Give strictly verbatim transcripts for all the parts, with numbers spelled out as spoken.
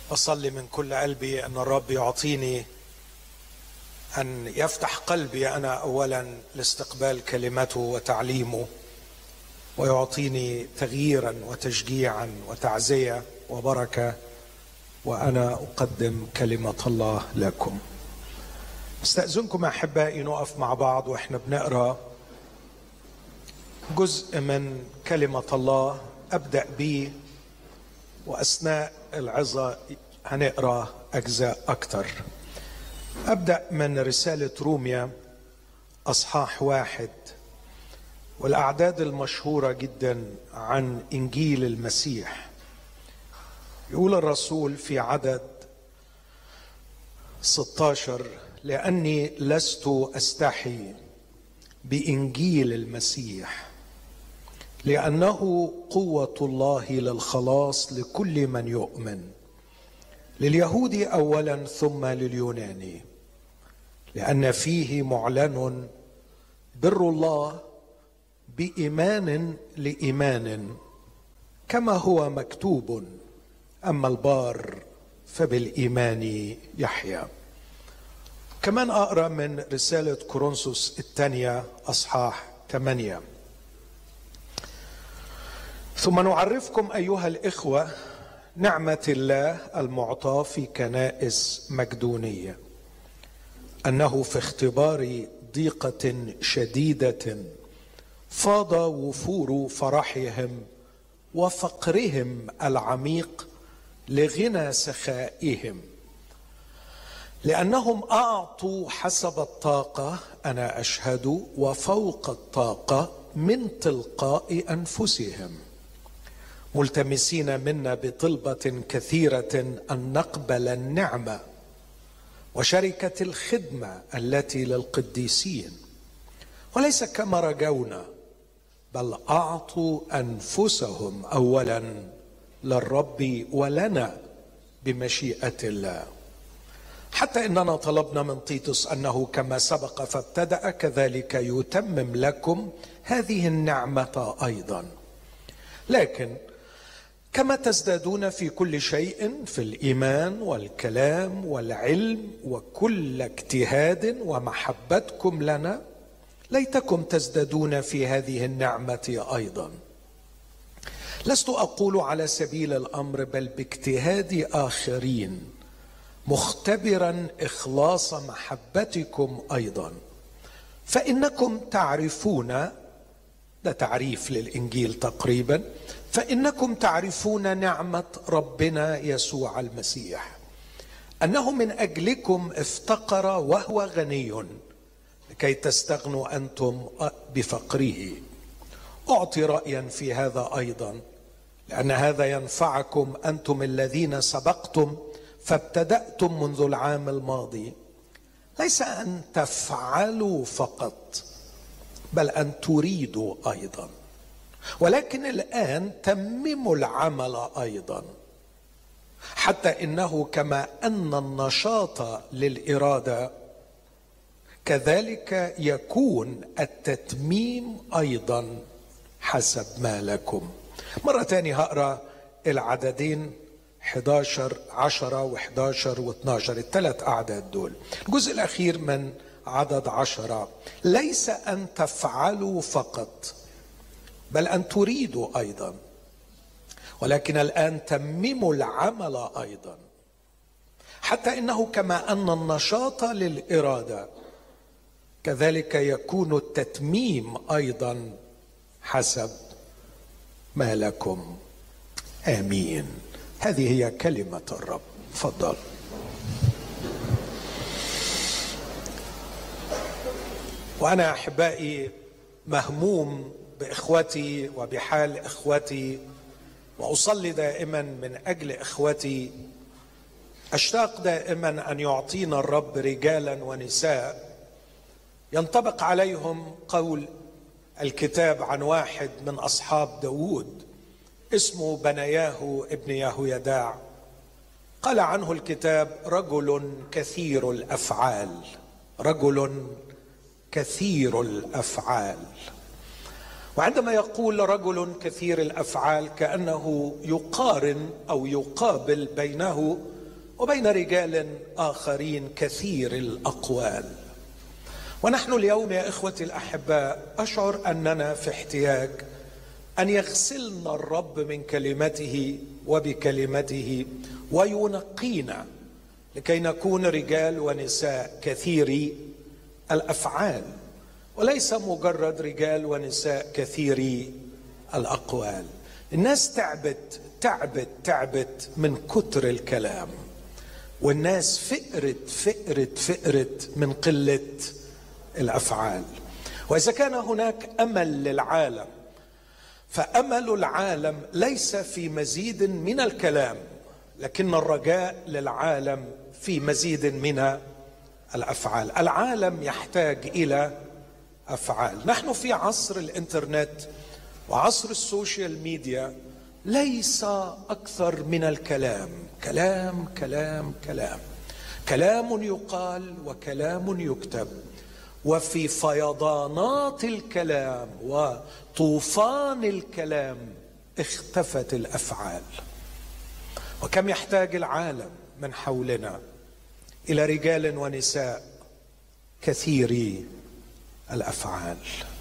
أصلي من كل قلبي أن الرب يعطيني أن يفتح قلبي أنا أولا لاستقبال كلمته وتعليمه، ويعطيني تغييرا وتشجيعا وتعزية وبركة وأنا أقدم كلمة الله لكم. استأذنكم أحبائي نقف مع بعض وإحنا بنقرأ جزء من كلمة الله أبدأ به، وأثناء العظة هنقرأ أجزاء أكتر. أبدأ من رسالة روميا أصحاح واحد، والأعداد المشهورة جدا عن إنجيل المسيح. يقول الرسول في عدد ستة عشر: لأني لست أستحي بإنجيل المسيح، لأنه قوة الله للخلاص لكل من يؤمن، لليهود أولا ثم لليوناني، لأن فيه معلن بر الله بإيمان لإيمان، كما هو مكتوب: أما البار فبالإيمان يحيى. كمان أقرأ من رسالة كورنثوس الثانية أصحاح ثمانية: ثم نعرفكم أيها الإخوة نعمة الله المعطاة في كنائس مقدونية، أنه في اختبار ضيقة شديدة فاض وفور فرحهم وفقرهم العميق لغنى سخائهم، لأنهم أعطوا حسب الطاقة، أنا أشهد، وفوق الطاقة من تلقاء أنفسهم، ملتمسين منا بطلبة كثيرة أن نقبل النعمة وشركة الخدمة التي للقديسين، وليس كما رجونا، بل أعطوا أنفسهم أولا للرب ولنا بمشيئة الله، حتى إننا طلبنا من تيتوس أنه كما سبق فابتدأ كذلك يتمم لكم هذه النعمة أيضا. لكن كما تزدادون في كل شيء، في الإيمان والكلام والعلم وكل اجتهاد ومحبتكم لنا، ليتكم تزدادون في هذه النعمة أيضا. لست أقول على سبيل الأمر، بل باجتهاد آخرين، مختبرا إخلاص محبتكم أيضا، فإنكم تعرفون، ده تعريف للإنجيل تقريبا، فإنكم تعرفون نعمة ربنا يسوع المسيح، أنه من أجلكم افتقر وهو غني لكي تستغنوا أنتم بفقره. أعطي رأيا في هذا أيضا، لأن هذا ينفعكم أنتم الذين سبقتم فابتدأتم منذ العام الماضي، ليس أن تفعلوا فقط، بل أن تريدوا أيضا، ولكن الآن تمموا العمل أيضا، حتى إنه كما أن النشاط للإرادة، كذلك يكون التتميم أيضا حسب ما لكم. مرة تانية هقرأ العددين أحد عشر عشرة وأحد عشر واثني عشر، الثلاث أعداد دول. الجزء الأخير من عدد عشرة: ليس أن تفعلوا فقط، بل أن تريدوا أيضا، ولكن الآن تمموا العمل أيضا، حتى إنه كما أن النشاط للإرادة، كذلك يكون التتميم أيضا حسب ما لكم. آمين. هذه هي كلمة الرب. تفضل. وأنا أحبائي مهموم بإخوتي وبحال إخوتي، وأصلي دائما من أجل إخوتي. أشتاق دائما أن يعطينا الرب رجالا ونساء ينطبق عليهم قول الكتاب عن واحد من أصحاب داود اسمه بنياه ابن يهويداع. قال عنه الكتاب: رجل كثير الأفعال، رجل كثير الأفعال. وعندما يقول رجل كثير الأفعال كأنه يقارن أو يقابل بينه وبين رجال آخرين كثير الأقوال. ونحن اليوم يا إخوتي الأحباء أشعر أننا في احتياج أن يغسلنا الرب من كلمته وبكلمته وينقينا لكي نكون رجال ونساء كثيري الأفعال، وليس مجرد رجال ونساء كثيري الأقوال. الناس تعبت تعبت تعبت من كتر الكلام، والناس فقرت فقرت فقرت من قلة الأفعال. وإذا كان هناك أمل للعالم فأمل العالم ليس في مزيد من الكلام، لكن الرجاء للعالم في مزيد من الأفعال. العالم يحتاج إلى أفعال. نحن في عصر الإنترنت وعصر السوشيال ميديا، ليس أكثر من الكلام، كلام كلام كلام كلام يقال وكلام يكتب، وفي فيضانات الكلام وطوفان الكلام اختفت الأفعال. وكم يحتاج العالم من حولنا إلى رجال ونساء كثيري الأفعال.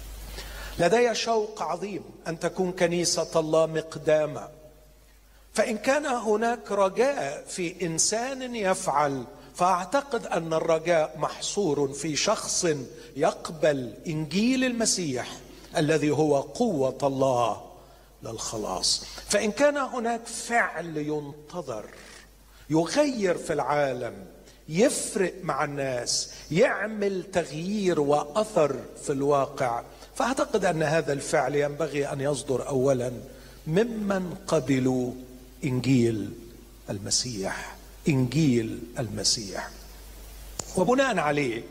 لدي شوق عظيم أن تكون كنيسة الله مقدامة، فإن كان هناك رجاء في إنسان يفعل، فأعتقد أن الرجاء محصور في شخص يقبل إنجيل المسيح الذي هو قوة الله للخلاص. فإن كان هناك فعل ينتظر يغير في العالم، يفرق مع الناس، يعمل تغيير وأثر في الواقع، فأعتقد أن هذا الفعل ينبغي أن يصدر أولا ممن قبلوا إنجيل المسيح، إنجيل المسيح. وبناء عليه،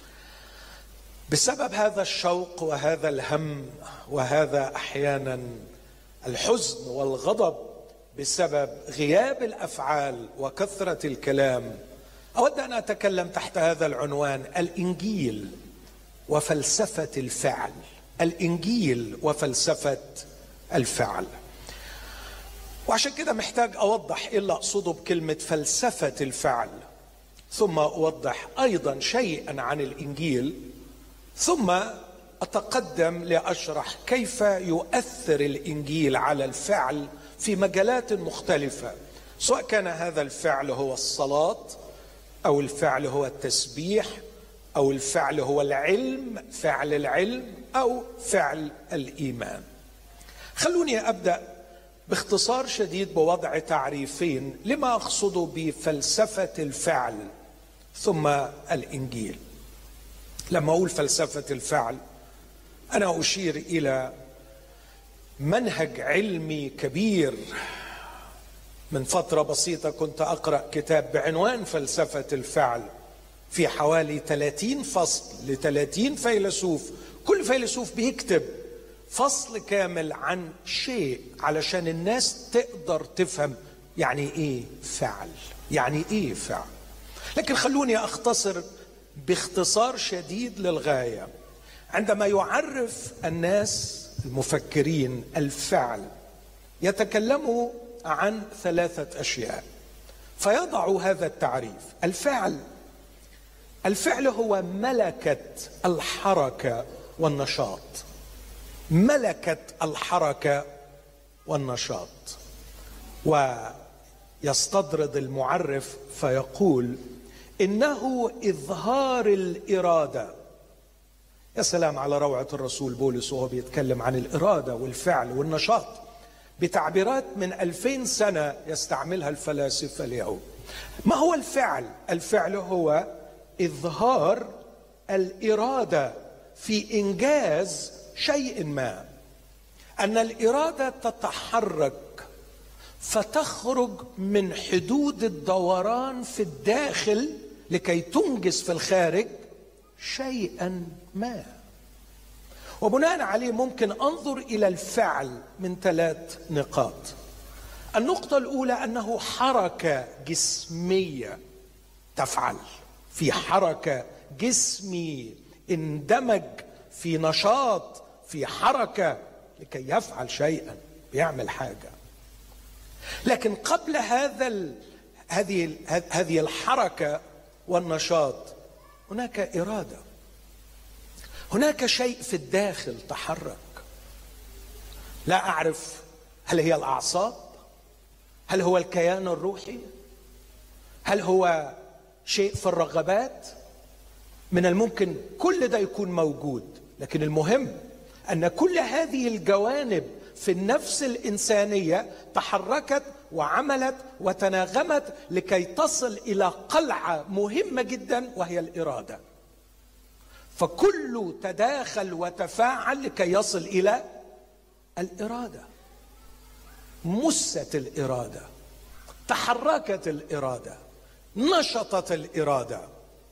بسبب هذا الشوق وهذا الهم وهذا أحيانا الحزن والغضب بسبب غياب الأفعال وكثرة الكلام، أود أن أتكلم تحت هذا العنوان: الإنجيل وفلسفة الفعل. الإنجيل وفلسفة الفعل. وعشان كده محتاج أوضح إيه اللي أقصده بكلمة فلسفة الفعل، ثم أوضح أيضا شيئا عن الإنجيل، ثم أتقدم لأشرح كيف يؤثر الإنجيل على الفعل في مجالات مختلفة، سواء كان هذا الفعل هو الصلاة، أو الفعل هو التسبيح، أو الفعل هو العلم، فعل العلم، أو فعل الإيمان. خلوني أبدأ باختصار شديد بوضع تعريفين لما أقصد بفلسفة الفعل ثم الإنجيل. لما أقول فلسفة الفعل أنا أشير إلى منهج علمي كبير. من فترة بسيطة كنت أقرأ كتاب بعنوان فلسفة الفعل، في حوالي ثلاثين فصل لثلاثين فيلسوف، كل فيلسوف بيكتب فصل كامل عن شيء علشان الناس تقدر تفهم يعني إيه فعل، يعني إيه فعل. لكن خلوني أختصر باختصار شديد للغاية. عندما يعرف الناس المفكرين الفعل، يتكلموا عن ثلاثة أشياء فيضعوا هذا التعريف: الفعل الفعل هو ملكة الحركة والنشاط، ملكة الحركة والنشاط. ويستطرد المعرف فيقول إنه إظهار الإرادة. يا سلام على روعة الرسول بولس وهو بيتكلم عن الإرادة والفعل والنشاط بتعبيرات من ألفين سنة يستعملها الفلاسفة اليوم. ما هو الفعل؟ الفعل هو إظهار الإرادة في إنجاز شيء ما، أن الإرادة تتحرك فتخرج من حدود الدوران في الداخل لكي تنجز في الخارج شيئا ما. وبناء عليه ممكن أنظر إلى الفعل من ثلاث نقاط. النقطة الأولى أنه حركة جسمية تفعل، في حركة جسمي اندمج في نشاط، في حركة لكي يفعل شيئا، بيعمل حاجة. لكن قبل هذا هذه هذه الحركة والنشاط هناك إرادة، هناك شيء في الداخل تحرك. لا أعرف هل هي الأعصاب؟ هل هو الكيان الروحي؟ هل هو شيء في الرغبات؟ من الممكن كل ده يكون موجود، لكن المهم أن كل هذه الجوانب في النفس الإنسانية تحركت وعملت وتناغمت لكي تصل إلى قلعة مهمة جدا وهي الإرادة. فكله تداخل وتفاعل لكي يصل إلى الإرادة. مست الإرادة، تحركت الإرادة، نشطت الإرادة،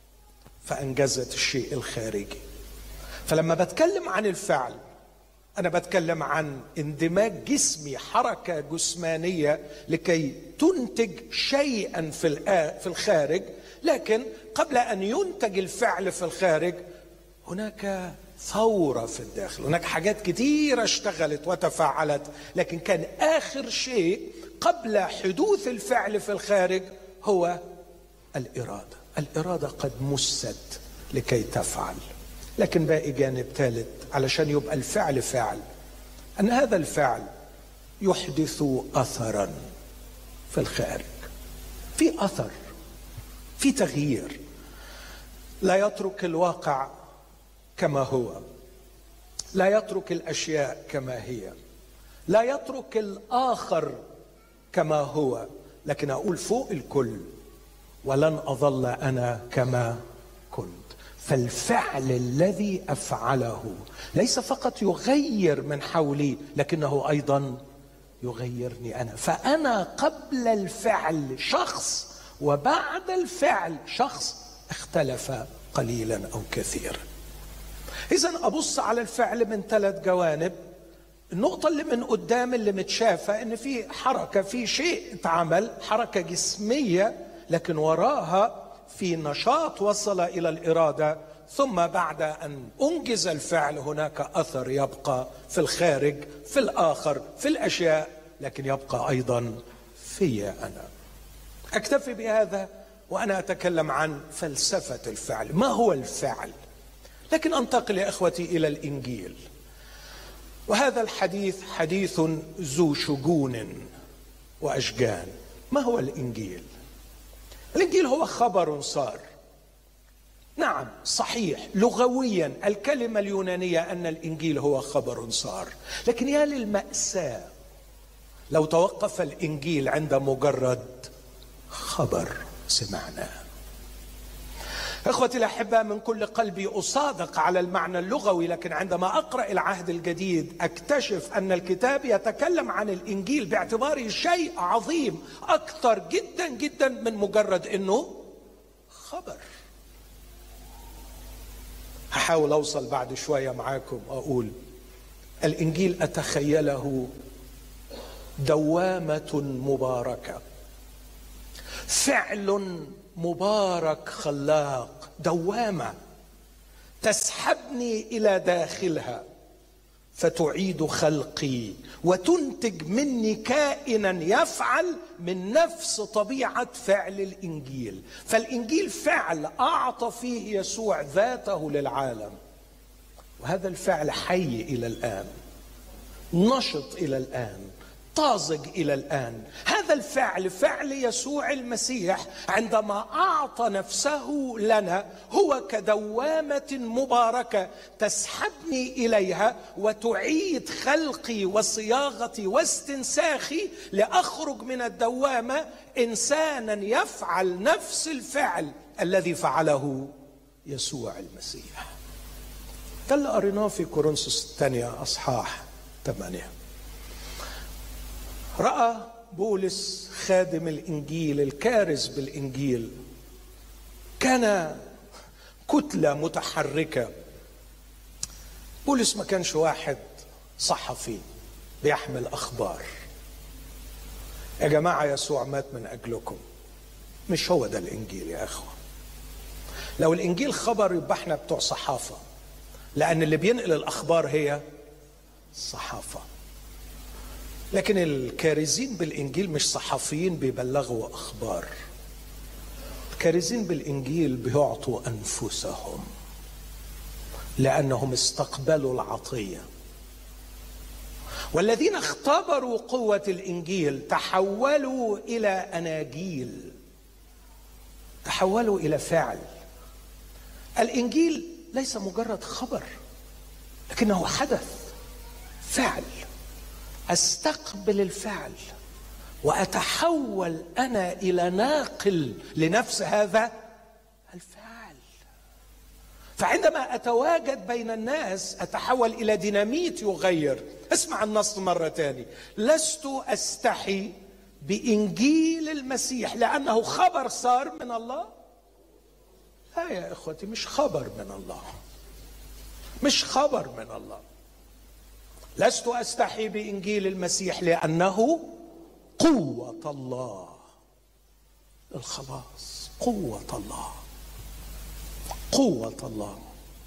فأنجزت الشيء الخارجي. فلما بتكلم عن الفعل أنا بتكلم عن اندماج جسمي، حركة جسمانية لكي تنتج شيئا في الخارج. لكن قبل أن ينتج الفعل في الخارج هناك ثورة في الداخل، هناك حاجات كتيرة اشتغلت وتفاعلت، لكن كان آخر شيء قبل حدوث الفعل في الخارج هو الإرادة. الإرادة قد مست لكي تفعل. لكن باقي جانب ثالث علشان يبقى الفعل فعل، أن هذا الفعل يحدث أثرا في الخارج، في أثر، في تغيير. لا يترك الواقع كما هو، لا يترك الأشياء كما هي، لا يترك الآخر كما هو، لكن أقول فوق الكل ولن أظل أنا كما كنت. فالفعل الذي أفعله ليس فقط يغير من حولي، لكنه أيضا يغيرني أنا. فأنا قبل الفعل شخص، وبعد الفعل شخص اختلف قليلا أو كثيرا. إذن أبص على الفعل من ثلاث جوانب. النقطة اللي من قدام اللي متشافة إن في حركة، في شيء اتعمل، حركة جسمية، لكن وراها في نشاط وصل إلى الإرادة. ثم بعد أن أنجز الفعل هناك أثر يبقى في الخارج، في الآخر، في الأشياء، لكن يبقى أيضا في أنا. أكتفي بهذا وأنا أتكلم عن فلسفة الفعل. ما هو الفعل؟ لكن أنتقل يا إخوتي إلى الإنجيل، وهذا الحديث حديث ذو شجون وأشجان. ما هو الإنجيل؟ الإنجيل هو خبر صار. نعم صحيح، لغويا الكلمة اليونانية أن الإنجيل هو خبر صار، لكن يا للمأساة لو توقف الإنجيل عند مجرد خبر سمعناه. اخوتي الاحباء، من كل قلبي اصادق على المعنى اللغوي، لكن عندما اقرا العهد الجديد اكتشف ان الكتاب يتكلم عن الانجيل باعتباره شيء عظيم اكثر جدا جدا من مجرد انه خبر. هحاول اوصل بعد شويه معاكم اقول الانجيل اتخيله دوامه مباركه، فعل مبارك خلاق، دوامة تسحبني إلى داخلها فتعيد خلقي وتنتج مني كائنا يفعل من نفس طبيعة فعل الإنجيل. فالإنجيل فعل أعطى فيه يسوع ذاته للعالم، وهذا الفعل حي إلى الآن، نشط إلى الآن، طازج إلى الآن. هذا الفعل فعل يسوع المسيح عندما أعطى نفسه لنا هو كدوامة مباركة تسحبني إليها وتعيد خلقي وصياغتي واستنساخي لأخرج من الدوامة إنسانا يفعل نفس الفعل الذي فعله يسوع المسيح. ده اللي قريناه في كورنثوس الثانية أصحاح ثمانية. رأى بولس خادم الإنجيل الكارز بالإنجيل كان كتلة متحركة. بولس ما كانش واحد صحفي بيحمل أخبار. يا جماعة يسوع مات من أجلكم، مش هو ده الإنجيل يا أخوة. لو الإنجيل خبر يبقى احنا بتوع صحافة، لأن اللي بينقل الأخبار هي الصحافة. لكن الكارزين بالإنجيل مش صحفيين بيبلغوا أخبار، الكارزين بالإنجيل بيعطوا أنفسهم لأنهم استقبلوا العطية، والذين اختبروا قوة الإنجيل تحولوا إلى أناجيل، تحولوا إلى فعل. الإنجيل ليس مجرد خبر لكنه حدث، فعل. أستقبل الفعل وأتحول أنا إلى ناقل لنفس هذا الفعل. فعندما أتواجد بين الناس أتحول إلى ديناميت يغير. اسمع النص مرة تاني: لست أستحي بإنجيل المسيح لأنه خبر صار من الله. لا يا إخوتي، مش خبر من الله، مش خبر من الله. لست أستحي بإنجيل المسيح لأنه قوة الله للخلاص. قوة الله، قوة الله.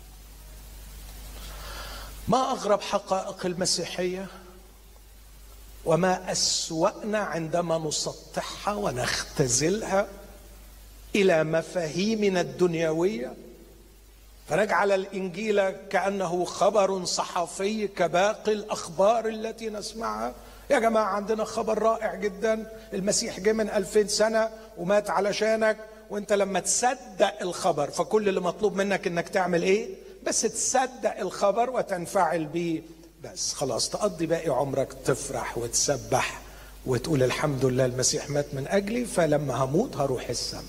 ما أغرب حقائق المسيحية وما أسوأنا عندما نسطحها ونختزلها إلى مفاهيمنا الدنيوية، فنجعل الإنجيل كأنه خبر صحفي كباقي الأخبار التي نسمعها. يا جماعة، عندنا خبر رائع جدا، المسيح جه من ألفين سنة ومات علشانك، وانت لما تصدق الخبر فكل اللي مطلوب منك انك تعمل ايه؟ بس تصدق الخبر وتنفعل بيه، بس خلاص تقضي باقي عمرك تفرح وتسبح وتقول الحمد لله المسيح مات من أجلي، فلما هموت هروح السماء.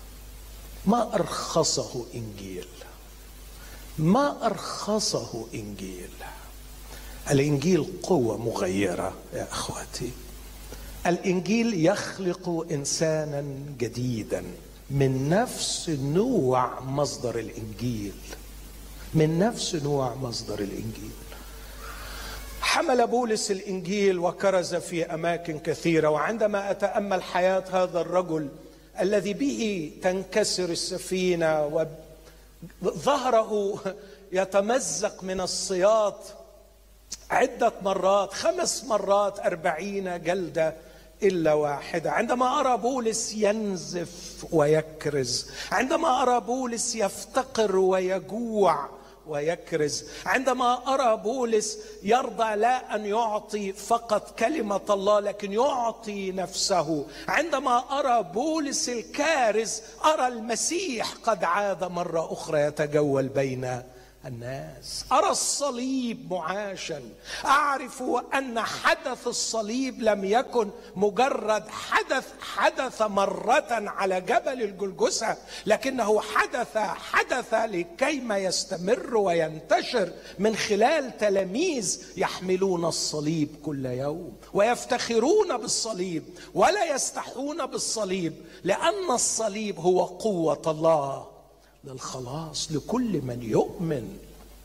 ما أرخصه إنجيل، ما أرخصه إنجيل. الإنجيل قوة مغيرة يا أخواتي. الإنجيل يخلق إنسانا جديدا من نفس نوع مصدر الإنجيل، من نفس نوع مصدر الإنجيل. حمل بولس الإنجيل وكرز في أماكن كثيرة، وعندما أتأمل حياة هذا الرجل الذي به تنكسر السفينة وظهره يتمزق من الصياط عدة مرات، خمس مرات أربعين جلدة إلا واحدة، عندما أرى بولس ينزف ويكرز، عندما أرى بولس يفتقر ويجوع ويكرز، عندما أرى بولس يرضى لا أن يعطي فقط كلمة الله لكن يعطي نفسه، عندما أرى بولس الكارز أرى المسيح قد عاد مرة أخرى يتجول بين الناس، أرى الصليب معاشا، أعرف أن حدث الصليب لم يكن مجرد حدث حدث مرة على جبل الجلجثة، لكنه حدث حدث لكيما يستمر وينتشر من خلال تلاميذ يحملون الصليب كل يوم ويفتخرون بالصليب ولا يستحون بالصليب، لأن الصليب هو قوة الله للخلاص لكل من يؤمن.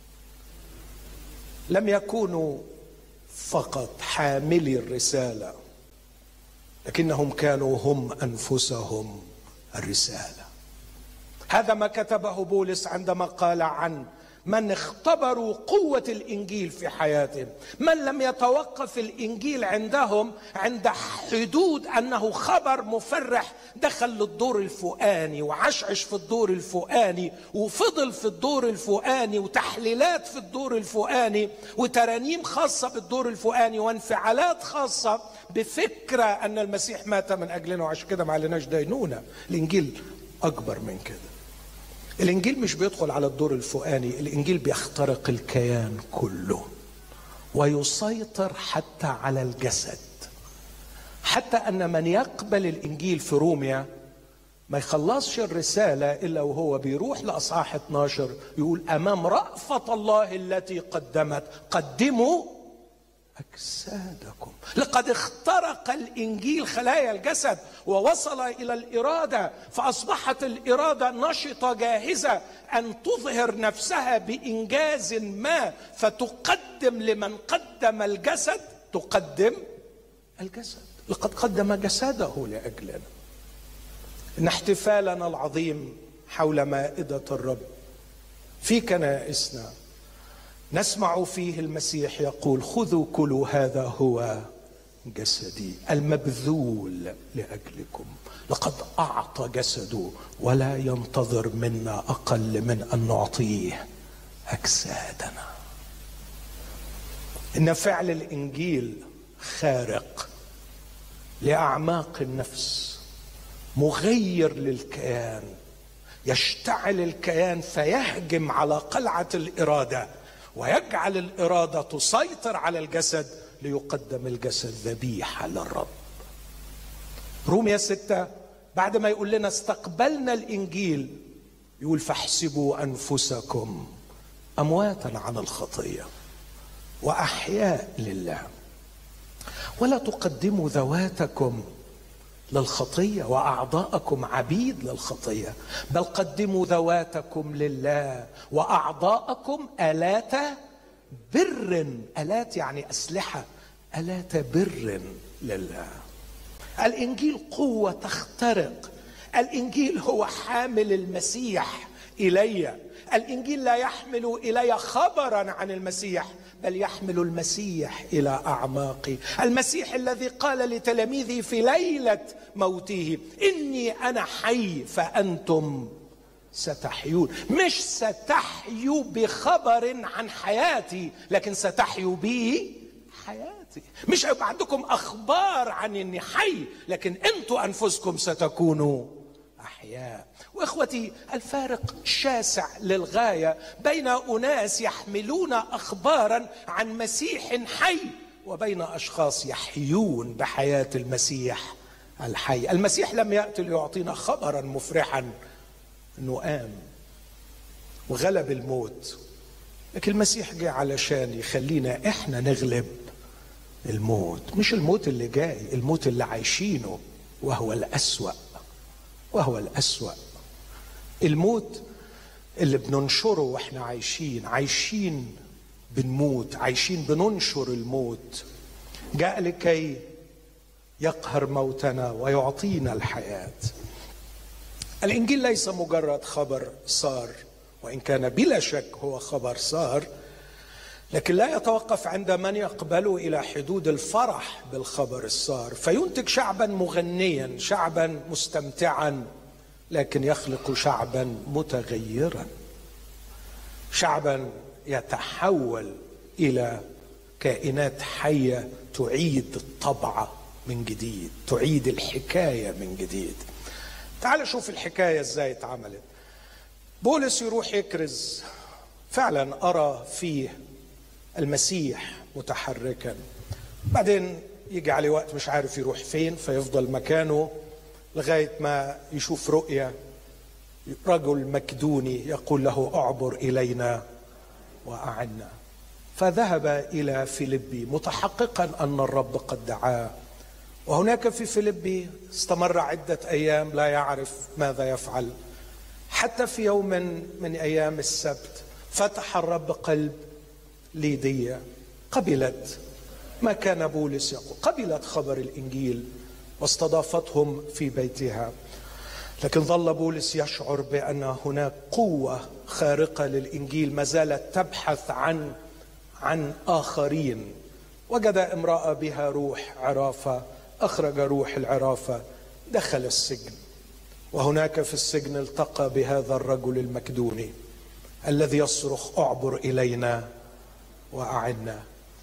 لم يكونوا فقط حاملي الرسالة، لكنهم كانوا هم أنفسهم الرسالة. هذا ما كتبه بولس عندما قال عن من اختبروا قوة الإنجيل في حياتهم، من لم يتوقف الإنجيل عندهم عند حدود أنه خبر مفرح دخل للدور الفوقاني وعشعش في الدور الفوقاني وفضل في الدور الفوقاني وتحليلات في الدور الفوقاني وترانيم خاصة بالدور الفوقاني وانفعالات خاصة بفكرة أن المسيح مات من أجلنا وعشان كده ما عليناش دينونة. الإنجيل أكبر من كده. الإنجيل مش بيدخل على الدور الفوقاني، الإنجيل بيخترق الكيان كله ويسيطر حتى على الجسد، حتى أن من يقبل الإنجيل في روميا ما يخلصش الرسالة إلا وهو بيروح لأصحاح اثناشر يقول أمام رأفة الله التي قدمت قدموا أجسادكم. لقد اخترق الإنجيل خلايا الجسد ووصل إلى الإرادة، فأصبحت الإرادة نشطة جاهزة أن تظهر نفسها بإنجاز ما، فتقدم لمن قدم الجسد، تقدم الجسد. لقد قدم جسده لأجلنا. إن احتفالنا العظيم حول مائدة الرب في كنائسنا نسمع فيه المسيح يقول خذوا كلوا هذا هو جسدي المبذول لأجلكم. لقد أعطى جسده ولا ينتظر منا أقل من أن نعطيه أجسادنا. إن فعل الإنجيل خارق لأعماق النفس، مغير للكيان، يشتعل الكيان فيهجم على قلعة الإرادة ويجعل الإرادة تسيطر على الجسد ليقدم الجسد ذبيحة للرب. رومية ستة بعد ما يقول لنا استقبلنا الإنجيل يقول فاحسبوا أنفسكم أمواتا عن الخطية وأحياء لله، ولا تقدموا ذواتكم للخطية وأعضاءكم عبيد للخطية، بل قدموا ذواتكم لله وأعضاءكم آلات بر. آلات يعني أسلحة، آلات بر لله. الإنجيل قوة تخترق. الإنجيل هو حامل المسيح إلي. الإنجيل لا يحمل إلي خبرا عن المسيح بل يحمل المسيح إلى أعماقي. المسيح الذي قال لتلاميذه في ليلة موته إني أنا حي فأنتم ستحيون. مش ستحيوا بخبر عن حياتي لكن ستحيوا بي حياتي. مش هيبقى عندكم أخبار عن إني حي لكن أنتوا أنفسكم ستكونوا أحياء. وإخوتي الفارق شاسع للغاية بين أناس يحملون أخبارا عن مسيح حي وبين أشخاص يحيون بحياة المسيح الحي. المسيح لم يأتي ليعطينا خبرا مفرحا أنه قام وغلب الموت، لكن المسيح جاء علشان يخلينا إحنا نغلب الموت. مش الموت اللي جاي، الموت اللي عايشينه وهو الأسوأ، وهو الأسوأ. الموت اللي بننشره واحنا عايشين، عايشين بنموت، عايشين بننشر الموت. جاء لكي يقهر موتنا ويعطينا الحياة. الإنجيل ليس مجرد خبر صار، وإن كان بلا شك هو خبر صار، لكن لا يتوقف عند من يقبله إلى حدود الفرح بالخبر الصار فينتج شعبا مغنيا، شعبا مستمتعا، لكن يخلق شعبا متغيرا، شعبا يتحول إلى كائنات حية تعيد الطبع من جديد، تعيد الحكاية من جديد. تعال شوف الحكاية ازاي اتعملت. بولس يروح يكرز، فعلا أرى فيه المسيح متحركا، بعدين يجي عليه وقت مش عارف يروح فين فيفضل مكانه لغاية ما يشوف رؤية رجل مكدوني يقول له اعبر إلينا وأعنا، فذهب إلى فيلبي متحققا أن الرب قد دعاه. وهناك في فيلبي استمر عدة أيام لا يعرف ماذا يفعل، حتى في يوم من أيام السبت فتح الرب قلب ليديا، قبلت ما كان بولس يقول، قبلت خبر الإنجيل واستضافتهم في بيتها. لكن ظل بولس يشعر بأن هناك قوة خارقة للإنجيل ما زالت تبحث عن عن آخرين. وجد امرأة بها روح عرافة، أخرج روح العرافة، دخل السجن، وهناك في السجن التقى بهذا الرجل المكدوني الذي يصرخ اعبر إلينا وأعنا.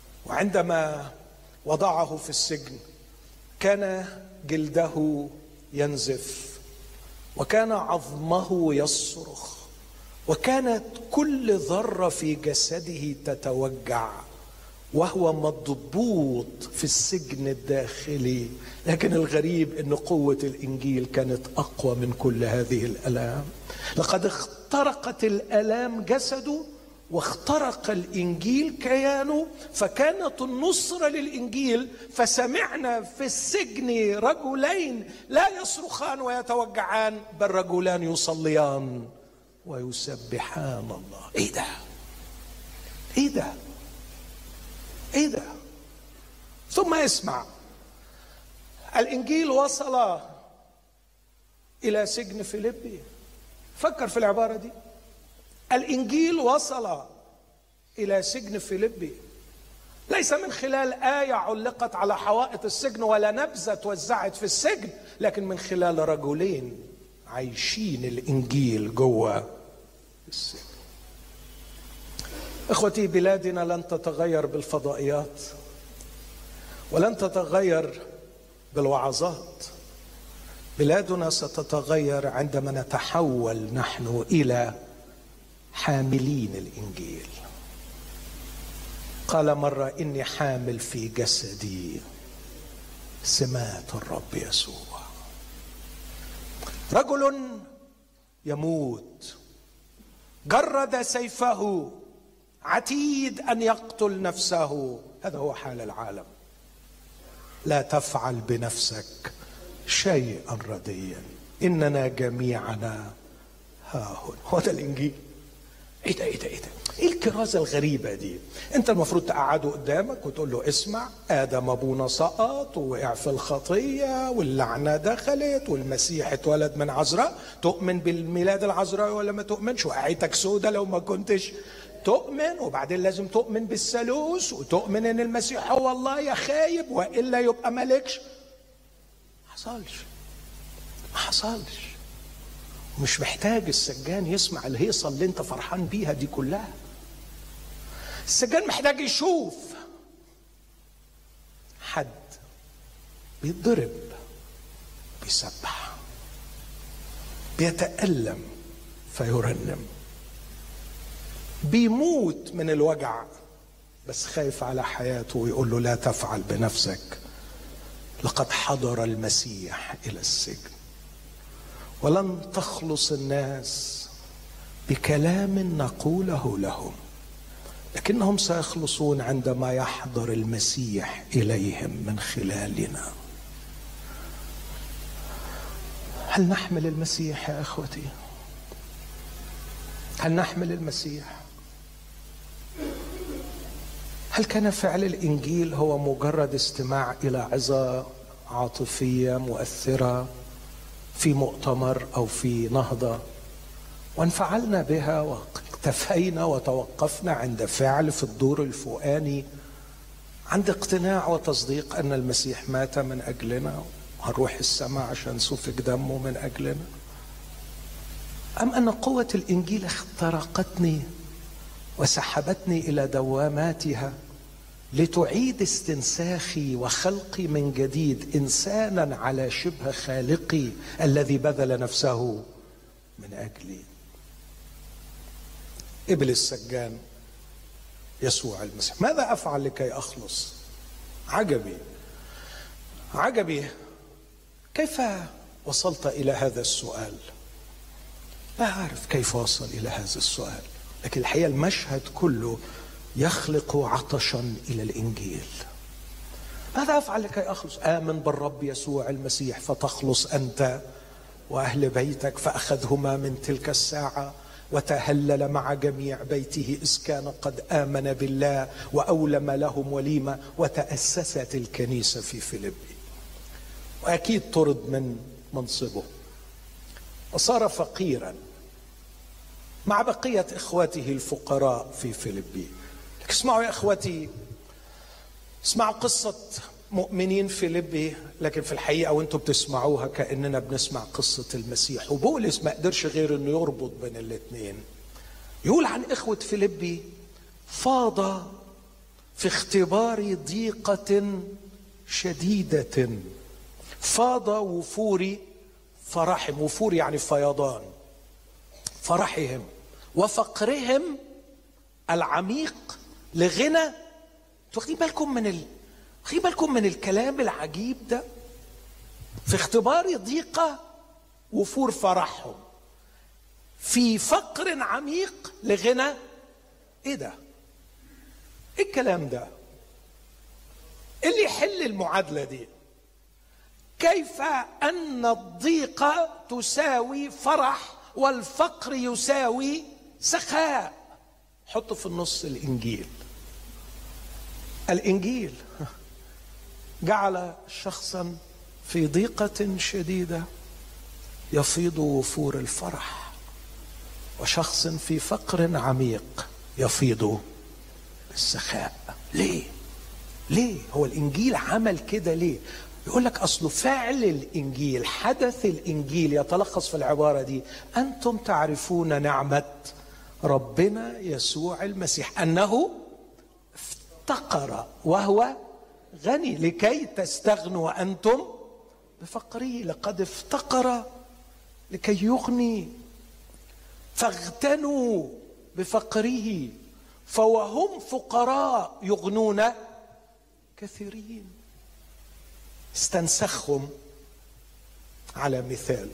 وعندما وضعه في السجن كان جلده ينزف وكان عظمه يصرخ وكانت كل ذرة في جسده تتوجع وهو مضبوط في السجن الداخلي. لكن الغريب أن قوة الإنجيل كانت أقوى من كل هذه الآلام. لقد اخترقت الآلام جسده واخترق الإنجيل كيانه، فكانت النصرة للإنجيل. فسمعنا في السجن رجلين لا يصرخان ويتوجعان بل رجلان يصليان ويسبحان الله. ايه ده ايه ده ايه ده ثم اسمع، الإنجيل وصل إلى سجن فيلبي. فكر في العبارة دي، الإنجيل وصل إلى سجن فيلبي. ليس من خلال آية علقت على حوائط السجن ولا نبذة توزعت في السجن، لكن من خلال رجلين عايشين الإنجيل جوه السجن. إخوتي، بلادنا لن تتغير بالفضائيات ولن تتغير بالوعظات. بلادنا ستتغير عندما نتحول نحن إلى حاملين الإنجيل. قال مرة: إني حامل في جسدي سمات الرب يسوع. رجل يموت جرد سيفه عتيد أن يقتل نفسه. هذا هو حال العالم. لا تفعل بنفسك شيئا رديا، إننا جميعنا ها هنا. هو ده الإنجيل. ايه ده ايه ده ايه ده ايه الكرازه الغريبه دي؟ انت المفروض تقعده قدامك وتقول له: اسمع، ادم ابونا سقط ووقع في الخطيه واللعنه دخلت والمسيح اتولد من عذراء، تؤمن بالميلاد العذراء ولا ما تؤمنش؟ وقعتك سودة لو ما كنتش تؤمن. وبعدين لازم تؤمن بالثالوث وتؤمن ان المسيح هو الله يا خايب، والا يبقى مالكش. ما حصلش ما حصلش مش محتاج السجان يسمع الهيصة اللي انت فرحان بيها دي كلها. السجان محتاج يشوف حد بيتضرب، بيسبح، بيتألم فيرنم، بيموت من الوجع بس خايف على حياته ويقول له: لا تفعل بنفسك، لقد حضر المسيح إلى السجن. ولن تخلص الناس بكلام نقوله لهم، لكنهم سيخلصون عندما يحضر المسيح إليهم من خلالنا. هل نحمل المسيح يا أخوتي؟ هل نحمل المسيح؟ هل كان فعل الإنجيل هو مجرد استماع إلى عظة عاطفية مؤثرة في مؤتمر أو في نهضة وانفعلنا بها واكتفينا وتوقفنا عند فعل في الدور الفوقاني، عند اقتناع وتصديق أن المسيح مات من أجلنا وهنروح السماء عشان سفك دمه من أجلنا؟ أم أن قوة الإنجيل اخترقتني وسحبتني إلى دواماتها لتعيد استنساخي وخلقي من جديد إنسانا على شبه خالقي الذي بذل نفسه من أجلي؟ قبل السجان يسوع المسيح: ماذا أفعل لكي أخلص؟ عجبي عجبي كيف وصلت إلى هذا السؤال؟ لا أعرف كيف وصل إلى هذا السؤال، لكن الحقيقة المشهد كله يخلق عطشا إلى الإنجيل. ماذا أفعل لكي أخلص؟ آمن بالرب يسوع المسيح فتخلص أنت وأهل بيتك. فأخذهما من تلك الساعة وتهلل مع جميع بيته إذ كان قد آمن بالله، وأولم لهم وليمة، وتأسست الكنيسة في فيلبي. وأكيد طرد من منصبه وصار فقيرا مع بقية إخوته الفقراء في فيلبي. لكن اسمعوا يا إخوتي، اسمعوا قصة مؤمنين فيلبي، لكن في الحقيقة وانتم بتسمعوها كأننا بنسمع قصة المسيح. وبولس ما قدرش غير انه يربط بين الاثنين. يقول عن إخوة فيلبي: فاض في اختبار ضيقة شديدة فاض وفور فرحهم. وفور يعني فيضان فرحهم وفقرهم العميق لغنى. واخدين بالكم من ال... واخدين بالكم من الكلام العجيب ده؟ في اختبار ضيقة وفور فرحهم، في فقر عميق لغنى. ايه ده؟ ايه الكلام ده؟ ايه اللي يحل المعادلة دي؟ كيف أن الضيقة تساوي فرح والفقر يساوي سخاء؟ حطوا في النص الإنجيل. الإنجيل جعل شخصا في ضيقة شديدة يفيض وفور الفرح، وشخص في فقر عميق يفيض السخاء. ليه؟ ليه؟ هو الإنجيل عمل كده ليه؟ يقول لك أصله فعل الإنجيل، حدث الإنجيل يتلخص في العبارة دي: أنتم تعرفون نعمة ربنا يسوع المسيح أنه افتقر وهو غني لكي تستغنوا أنتم بفقره. لقد افتقر لكي يغني، فاغتنوا بفقره، فوهم فقراء يغنون كثيرين. استنسخهم على مثال،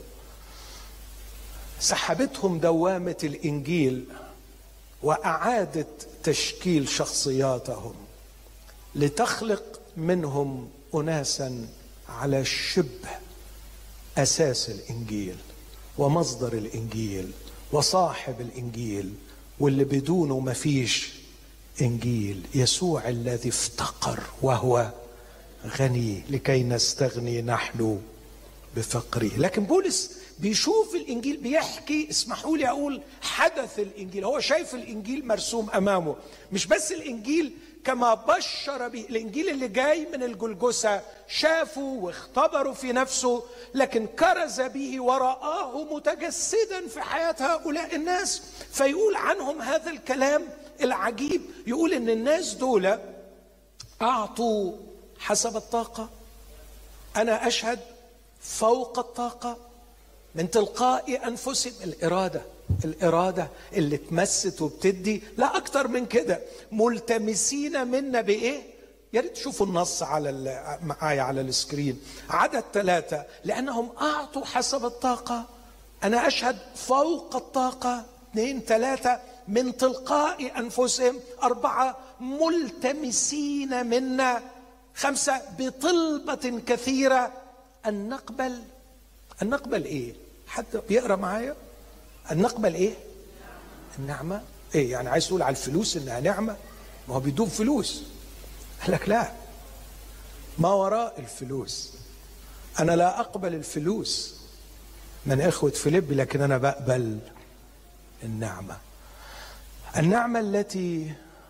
سحبتهم دوامة الإنجيل وأعادت تشكيل شخصياتهم لتخلق منهم أناسا على شبه أساس الإنجيل ومصدر الإنجيل وصاحب الإنجيل، واللي بدونه مفيش إنجيل. يسوع الذي افتقر وهو غني لكي نستغني نحن بفقره. لكن بولس بيشوف الإنجيل بيحكي، اسمحوا لي أقول حدث الإنجيل. هو شايف الإنجيل مرسوم أمامه، مش بس الإنجيل كما بشر به، الإنجيل اللي جاي من الجلجسة شافوا واختبروا في نفسه، لكن كرز به ورآه متجسدا في حياة هؤلاء الناس. فيقول عنهم هذا الكلام العجيب، يقول إن الناس دول أعطوا حسب الطاقة، أنا أشهد فوق الطاقة، من تلقاء أنفسهم. الإرادة الإرادة اللي تمست وبتدي، لا أكتر من كده. ملتمسين منا بإيه؟ يا ريت تشوفوا النص على معايا على السكرين. عدد ثلاثة: لأنهم أعطوا حسب الطاقة، أنا أشهد فوق الطاقة. اثنين ثلاثة: من تلقاء أنفسهم. أربعة: ملتمسين منا. خمسة: بطلبة كثيرة أن نقبل. أن نقبل إيه؟ حد بيقرأ معايا؟ أن نقبل إيه؟ النعمة. إيه يعني عايز تقول على الفلوس إنها نعمة؟ ما هو بيدوب فلوس. قال لك لا، ما وراء الفلوس. أنا لا أقبل الفلوس من إخوة فيليب، لكن أنا بقبل النعمة. النعمة التي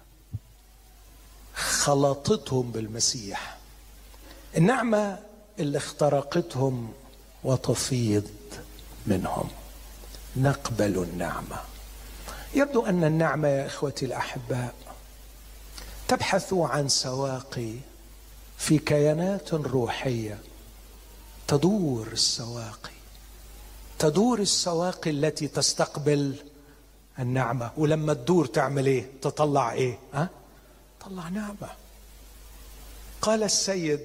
خلطتهم بالمسيح، النعمة اللي اخترقتهم وتفيض منهم. نقبل النعمة. يبدو أن النعمة يا إخوتي الأحباء تبحث عن سواقي في كيانات روحية، تدور السواقي تدور السواقي التي تستقبل النعمة. ولما تدور تعمل إيه؟ تطلع إيه؟ ها؟ تطلع نعمة. قال السيد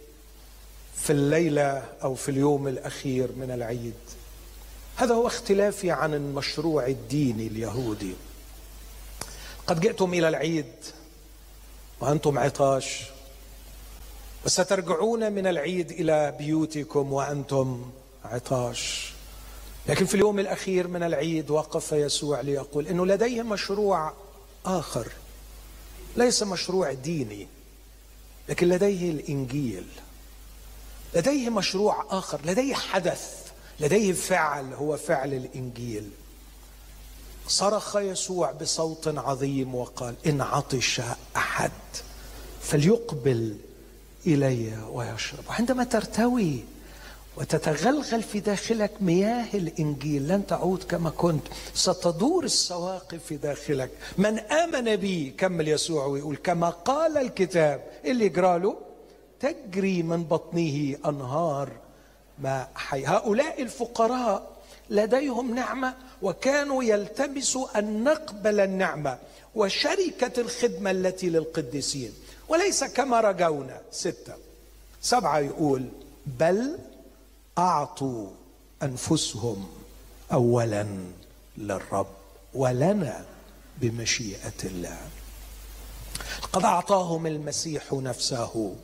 في الليلة أو في اليوم الأخير من العيد: هذا هو اختلافي عن المشروع الديني اليهودي. قد جئتم إلى العيد وأنتم عطاش، وسترجعون من العيد إلى بيوتكم وأنتم عطاش. لكن في اليوم الأخير من العيد وقف يسوع ليقول إنه لديه مشروع آخر، ليس مشروع ديني، لكن لديه الإنجيل. لديه مشروع آخر، لديه حدث، لديه فعل، هو فعل الإنجيل. صرخ يسوع بصوت عظيم وقال: إن عطش أحد فليقبل إلي ويشرب. وعندما ترتوي وتتغلغل في داخلك مياه الإنجيل لن تعود كما كنت، ستدور السواقي في داخلك. من آمن بي، كمل يسوع ويقول، كما قال الكتاب، اللي يجرى له تجري من بطنه أنهار ماء حي. هؤلاء الفقراء لديهم نعمة، وكانوا يلتمسوا أن نقبل النعمة وشركة الخدمة التي للقديسين، وليس كما رجونا. ستة سبعة يقول: بل أعطوا أنفسهم أولا للرب ولنا بمشيئة الله. قد أعطاهم المسيح نفسه،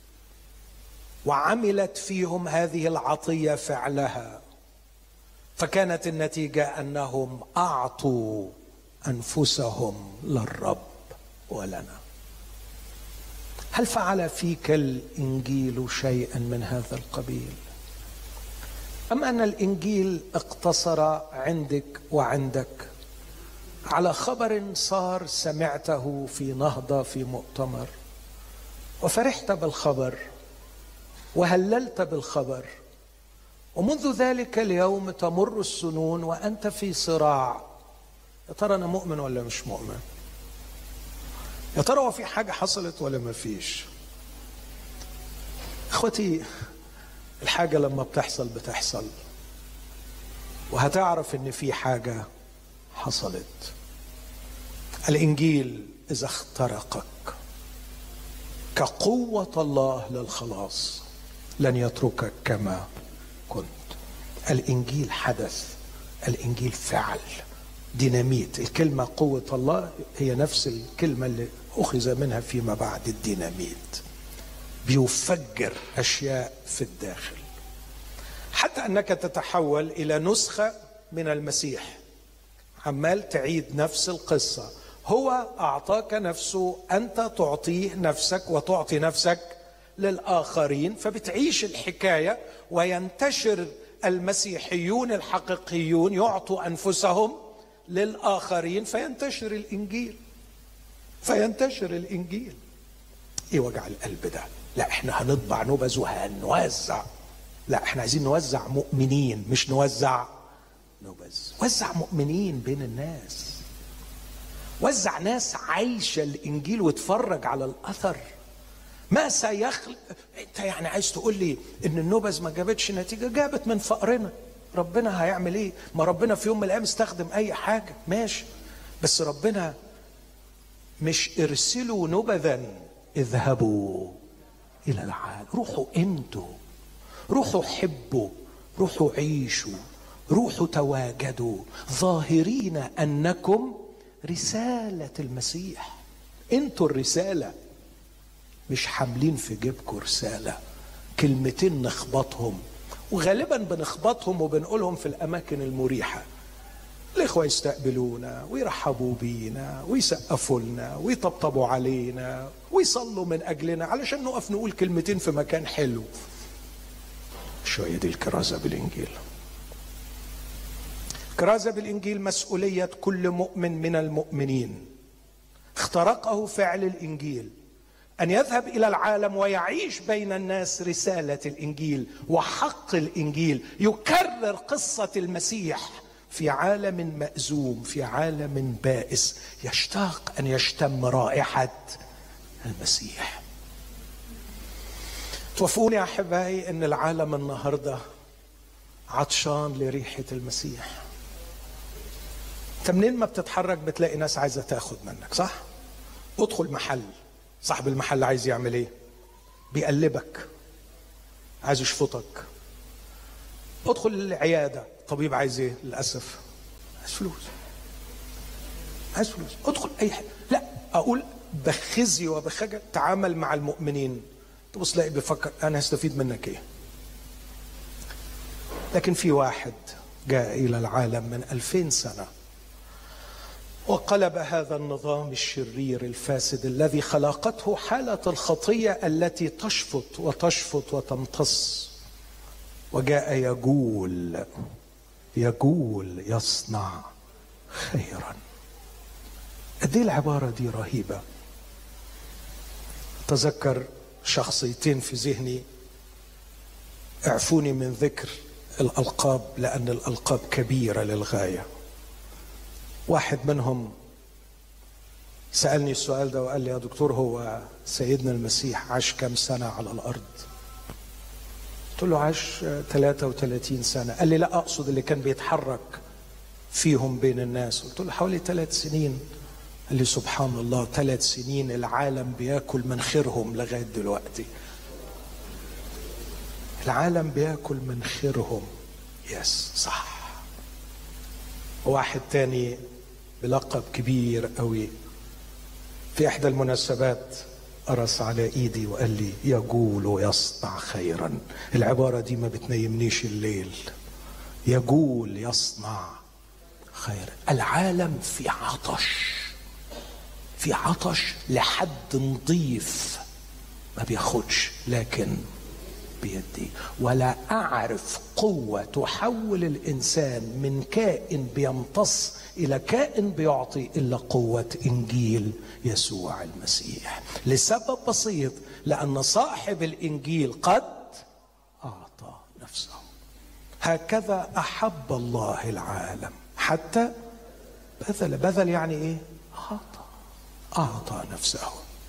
وعملت فيهم هذه العطية فعلها، فكانت النتيجة أنهم أعطوا أنفسهم للرب ولنا. هل فعل فيك الإنجيل شيئا من هذا القبيل؟ أم أن الإنجيل اقتصر عندك وعندك على خبر صار سمعته في نهضة في مؤتمر، وفرحت بالخبر وهللت بالخبر، ومنذ ذلك اليوم تمر السنون وأنت في صراع. يا ترى أنا مؤمن ولا مش مؤمن؟ يا ترى هو في حاجة حصلت ولا ما فيش؟ اخوتي، الحاجة لما بتحصل بتحصل، وهتعرف ان في حاجة حصلت. الإنجيل إذا اخترقك كقوة الله للخلاص لن يتركك كما كنت. الإنجيل حدث، الإنجيل فعل، ديناميت. الكلمة قوة الله هي نفس الكلمة اللي أخذ منها فيما بعد الديناميت، بيفجر أشياء في الداخل حتى أنك تتحول إلى نسخة من المسيح. عمال تعيد نفس القصة، هو أعطاك نفسه، أنت تعطيه نفسك وتعطي نفسك للآخرين، فبتعيش الحكاية وينتشر المسيحيون الحقيقيون يعطوا أنفسهم للآخرين فينتشر الإنجيل، فينتشر الإنجيل. إيه وجع القلب ده؟ لا احنا هنطبع نبذ وهنوزع. لا احنا عايزين نوزع مؤمنين مش نوزع نبذ. وزع مؤمنين بين الناس، وزع ناس عايشة الإنجيل واتفرج على الأثر. ما سيخلق. انت يعني عايز تقول لي ان النبذ ما جابتش نتيجة؟ جابت من فقرنا. ربنا هيعمل ايه؟ ما ربنا في يوم من الايام استخدم اي حاجة، ماشي، بس ربنا مش ارسلوا نبذا اذهبوا الى العالم. روحوا انتوا، روحوا حبوا، روحوا عيشوا، روحوا تواجدوا ظاهرين انكم رسالة المسيح. انتوا الرسالة، مش حاملين في جيبكم رسالة. كلمتين نخبطهم، وغالبا بنخبطهم وبنقولهم في الأماكن المريحة. الإخوة يستقبلونا ويرحبوا بينا ويسقفوا لنا ويطبطبوا علينا ويصلوا من أجلنا علشان نقف نقول كلمتين في مكان حلو. شوية دي الكرازة بالإنجيل. كرازة بالإنجيل مسؤولية كل مؤمن من المؤمنين اخترقه فعل الإنجيل، أن يذهب إلى العالم ويعيش بين الناس رسالة الإنجيل وحق الإنجيل، يكرر قصة المسيح في عالم مأزوم، في عالم بائس يشتاق أن يشتم رائحة المسيح. توافقوني يا أحبائي أن العالم النهاردة عطشان لريحة المسيح. أنت منين ما بتتحرك بتلاقي ناس عايزة تاخد منك، صح؟ ادخل محل، صاحب المحل عايز يعمل ايه؟ بيقلبك، عايز يشفطك. ادخل العيادة، طبيب عايز ايه؟ للأسف عايز فلوس، عايز فلوس. ادخل اي حاجة. لا اقول بخزي وبخجل. تعامل مع المؤمنين، تبص تلاقي بيفكر انا هستفيد منك ايه. لكن في واحد جاء الى العالم من ألفين سنة وقلب هذا النظام الشرير الفاسد الذي خلقته حالة الخطية التي تشفط وتشفط وتمتص، وجاء يقول يقول يصنع خيرا. قد ايه العبارة دي رهيبة. تذكر شخصيتين في ذهني، اعفوني من ذكر الألقاب لأن الألقاب كبيرة للغاية. واحد منهم سألني السؤال ده وقال لي يا دكتور، هو سيدنا المسيح عاش كم سنة على الأرض؟ قلت له عاش ثلاثة وثلاثين سنة. قال لي لا، أقصد اللي كان بيتحرك فيهم بين الناس. قلت له حوالي ثلاث سنين. قال لي سبحان الله، ثلاث سنين العالم بياكل من خيرهم لغاية دلوقتي. العالم بياكل من خيرهم. يس صح. واحد تاني بلقب كبير قوي في احدى المناسبات قرص على ايدي وقال لي يقول ويصنع خيرا. العبارة دي ما بتنيمنيش الليل. يقول يصنع خيرا. العالم في عطش، في عطش لحد نضيف ما بياخدش، لكن بيدي، ولا أعرف قوة تحول الإنسان من كائن بيمتص إلى كائن بيعطي إلا قوة إنجيل يسوع المسيح. لسبب بسيط، لأن صاحب الإنجيل قد أعطى نفسه. هكذا أحب الله العالم حتى بذل. بذل يعني إيه؟ أعطى أعطى نفسه.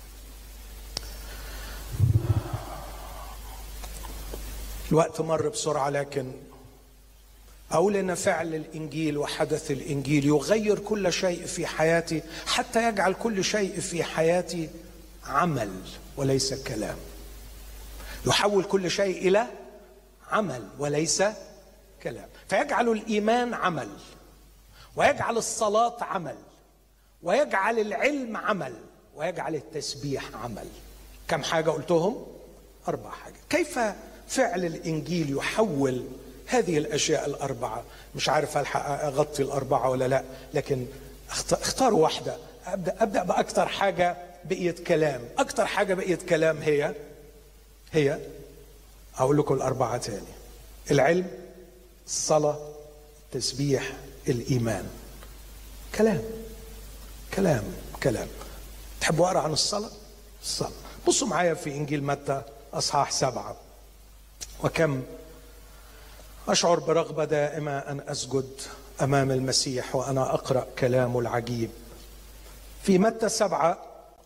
الوقت مر بسرعة، لكن أقول إن فعل الإنجيل وحدث الإنجيل يغير كل شيء في حياتي، حتى يجعل كل شيء في حياتي عمل وليس كلام. يحول كل شيء إلى عمل وليس كلام، فيجعل الإيمان عمل، ويجعل الصلاة عمل، ويجعل العلم عمل، ويجعل التسبيح عمل. كم حاجة قلتهم؟ أربع حاجات. كيف فعل الإنجيل يحول هذه الأشياء الأربعة؟ مش عارف ألحق أغطي الأربعة ولا لا، لكن اختاروا واحدة. أبدأ, أبدأ بأكتر حاجة بقيت كلام. أكتر حاجة بقيت كلام هي هي أقول لكم الأربعة تاني: العلم، الصلاة، التسبيح، الإيمان. كلام كلام كلام. تحبوا أقرأ عن الصلاة؟ الصلاة. بصوا معايا في إنجيل متى أصحاح سبعة. وكم أشعر برغبة دائمة أن أسجد أمام المسيح وأنا أقرأ كلامه العجيب. في متى سبعة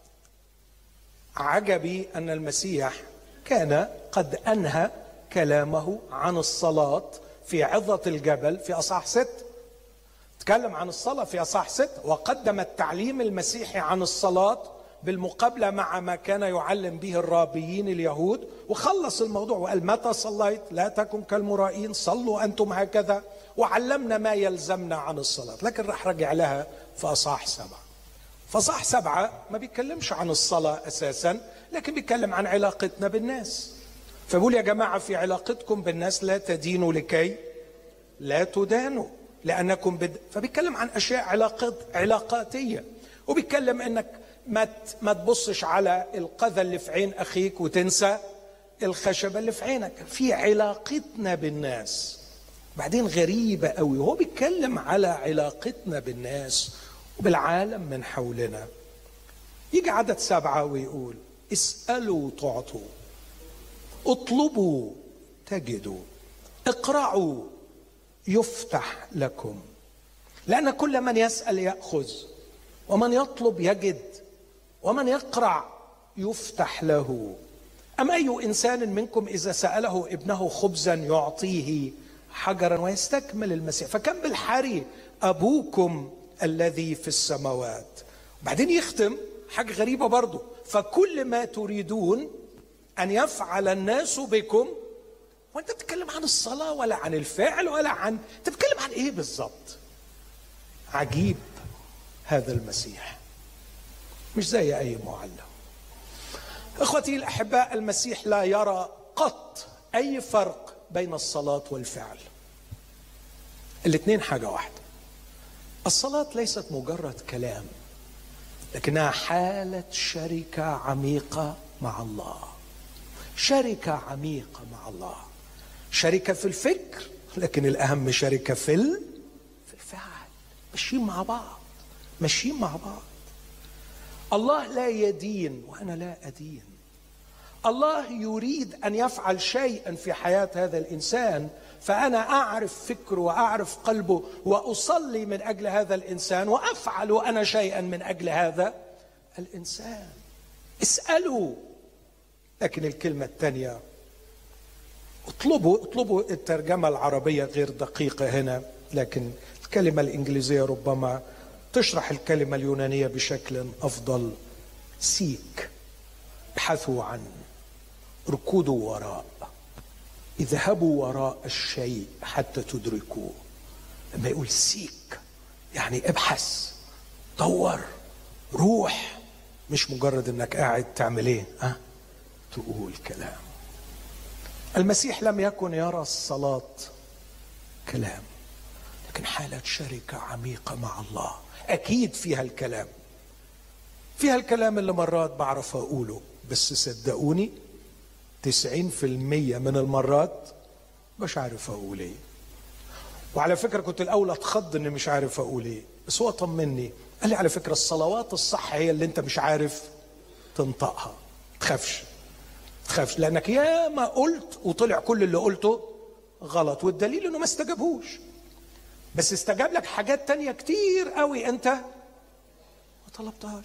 عجبي أن المسيح كان قد أنهى كلامه عن الصلاة في عظة الجبل في أصحاح ست. تكلم عن الصلاة في أصحاح ست، وقدم التعليم المسيحي عن الصلاة بالمقابلة مع ما كان يعلم به الرابيين اليهود، وخلص الموضوع وقال: متى صليت لا تكن كالمرائين، صلوا أنتم هكذا. وعلمنا ما يلزمنا عن الصلاة. لكن راح رجع لها في أصحاح سبعة. فصح سبعة ما بيتكلمش عن الصلاة أساسا، لكن بيتكلم عن علاقتنا بالناس. فبقول: يا جماعة، في علاقتكم بالناس لا تدينوا لكي لا تدانوا لأنكم بد... فبيتكلم عن أشياء علاقات علاقاتية. وبيتكلم إنك ما ما تبصش على القذى اللي في عين أخيك وتنسى الخشبة اللي في عينك. في علاقتنا بالناس. بعدين غريبة قوي، وهو بيتكلم على علاقتنا بالناس وبالعالم من حولنا، يجي عدد سبعة ويقول: اسألوا تعطوا، اطلبوا تجدوا، اقرعوا يفتح لكم، لأن كل من يسأل يأخذ، ومن يطلب يجد، ومن يقرع يفتح له. أم أي إنسان منكم إذا سأله ابنه خبزا يعطيه حجرا؟ ويستكمل المسيح: فكم بالحري أبوكم الذي في السماوات. وبعدين يختم حاجة غريبة برضو: فكل ما تريدون أن يفعل الناس بكم. وانت بتتكلم عن الصلاة ولا عن الفعل ولا عن، انت بتتكلم عن ايه بالظبط؟ عجيب هذا المسيح، مش زي اي معلم. اخوتي الاحباء، المسيح لا يرى قط اي فرق بين الصلاة والفعل. الاثنين حاجة واحدة. الصلاة ليست مجرد كلام، لكنها حالة شركة عميقة مع الله. شركة عميقة مع الله، شركة في الفكر، لكن الأهم شركة في في الفعل. ماشيين مع بعض، ماشيين مع بعض. الله لا يدين وأنا لا أدين. الله يريد أن يفعل شيئا في حياة هذا الإنسان، فأنا أعرف فكره وأعرف قلبه وأصلي من أجل هذا الإنسان، وأفعل أنا شيئا من أجل هذا الإنسان. اسألوا. لكن الكلمة الثانية اطلبوا. اطلبوا الترجمة العربية غير دقيقة هنا، لكن الكلمة الإنجليزية ربما تشرح الكلمة اليونانية بشكل أفضل. سيك، ابحثوا عن، ركضوا وراء، اذهبوا وراء الشيء حتى تدركوه. لما يقول سيك يعني ابحث، دور، روح، مش مجرد انك قاعد تعمل ايه؟ ها؟ تقول كلام. المسيح لم يكن يرى الصلاة كلام، لكن حالة شركة عميقة مع الله. أكيد فيها الكلام، فيها الكلام اللي مرات بعرف أقوله، بس صدقوني تسعين في المية من المرات مش عارف اقول ايه. وعلى فكرة كنت الاول اتخض اني مش عارف اقول ايه، بس هو طمني قال لي على فكرة الصلوات الصح هي اللي انت مش عارف تنطقها. تخافش تخافش لانك يا ما قلت وطلع كل اللي قلته غلط، والدليل انه ما استجابهوش، بس استجاب لك حاجات تانية كتير قوي انت ما طلبتهاش.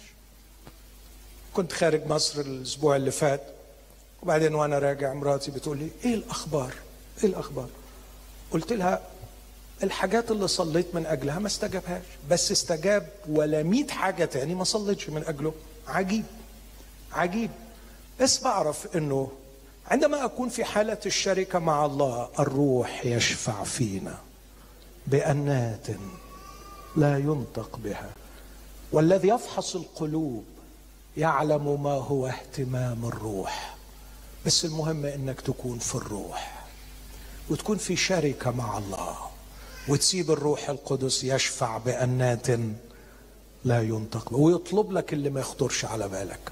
كنت خارج مصر الاسبوع اللي فات، وبعدين وانا راجع مراتي بتقول لي ايه الاخبار ايه الاخبار قلت لها الحاجات اللي صليت من اجلها ما استجابهاش، بس استجاب ولا مئة حاجة تاني ما صليتش من اجله. عجيب عجيب. بس بعرف انه عندما اكون في حالة الشركة مع الله الروح يشفع فينا بأنات لا ينطق بها، والذي يفحص القلوب يعلم ما هو اهتمام الروح. بس المهم انك تكون في الروح وتكون في شركة مع الله، وتسيب الروح القدس يشفع بأنات لا ينطق بها، ويطلب لك اللي ما يخطرش على بالك،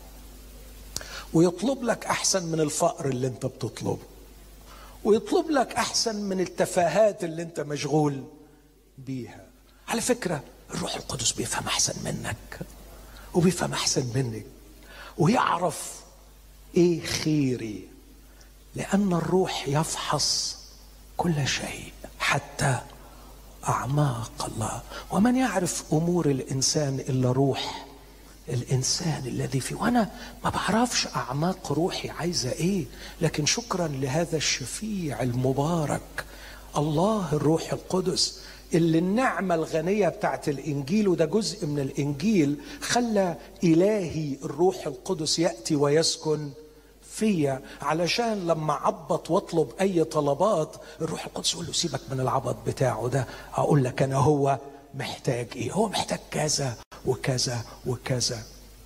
ويطلب لك احسن من الفقر اللي انت بتطلبه، ويطلب لك احسن من التفاهات اللي انت مشغول بيها. على فكرة الروح القدس بيفهم احسن منك وبيفهم احسن منك، ويعرف ايه خيري، لان الروح يفحص كل شيء حتى اعماق الله. ومن يعرف امور الانسان الا روح الانسان الذي فيه. وانا ما بعرفش اعماق روحي عايزه ايه، لكن شكرا لهذا الشفيع المبارك الله الروح القدس، اللي النعمه الغنيه بتاعت الانجيل، وده جزء من الانجيل، خلى الهي الروح القدس ياتي ويسكن فيا، علشان لما عبط واطلب اي طلبات الروح القدس يقول له سيبك من العبط بتاعه ده، اقول لك انا هو محتاج ايه. هو محتاج كذا وكذا وكذا،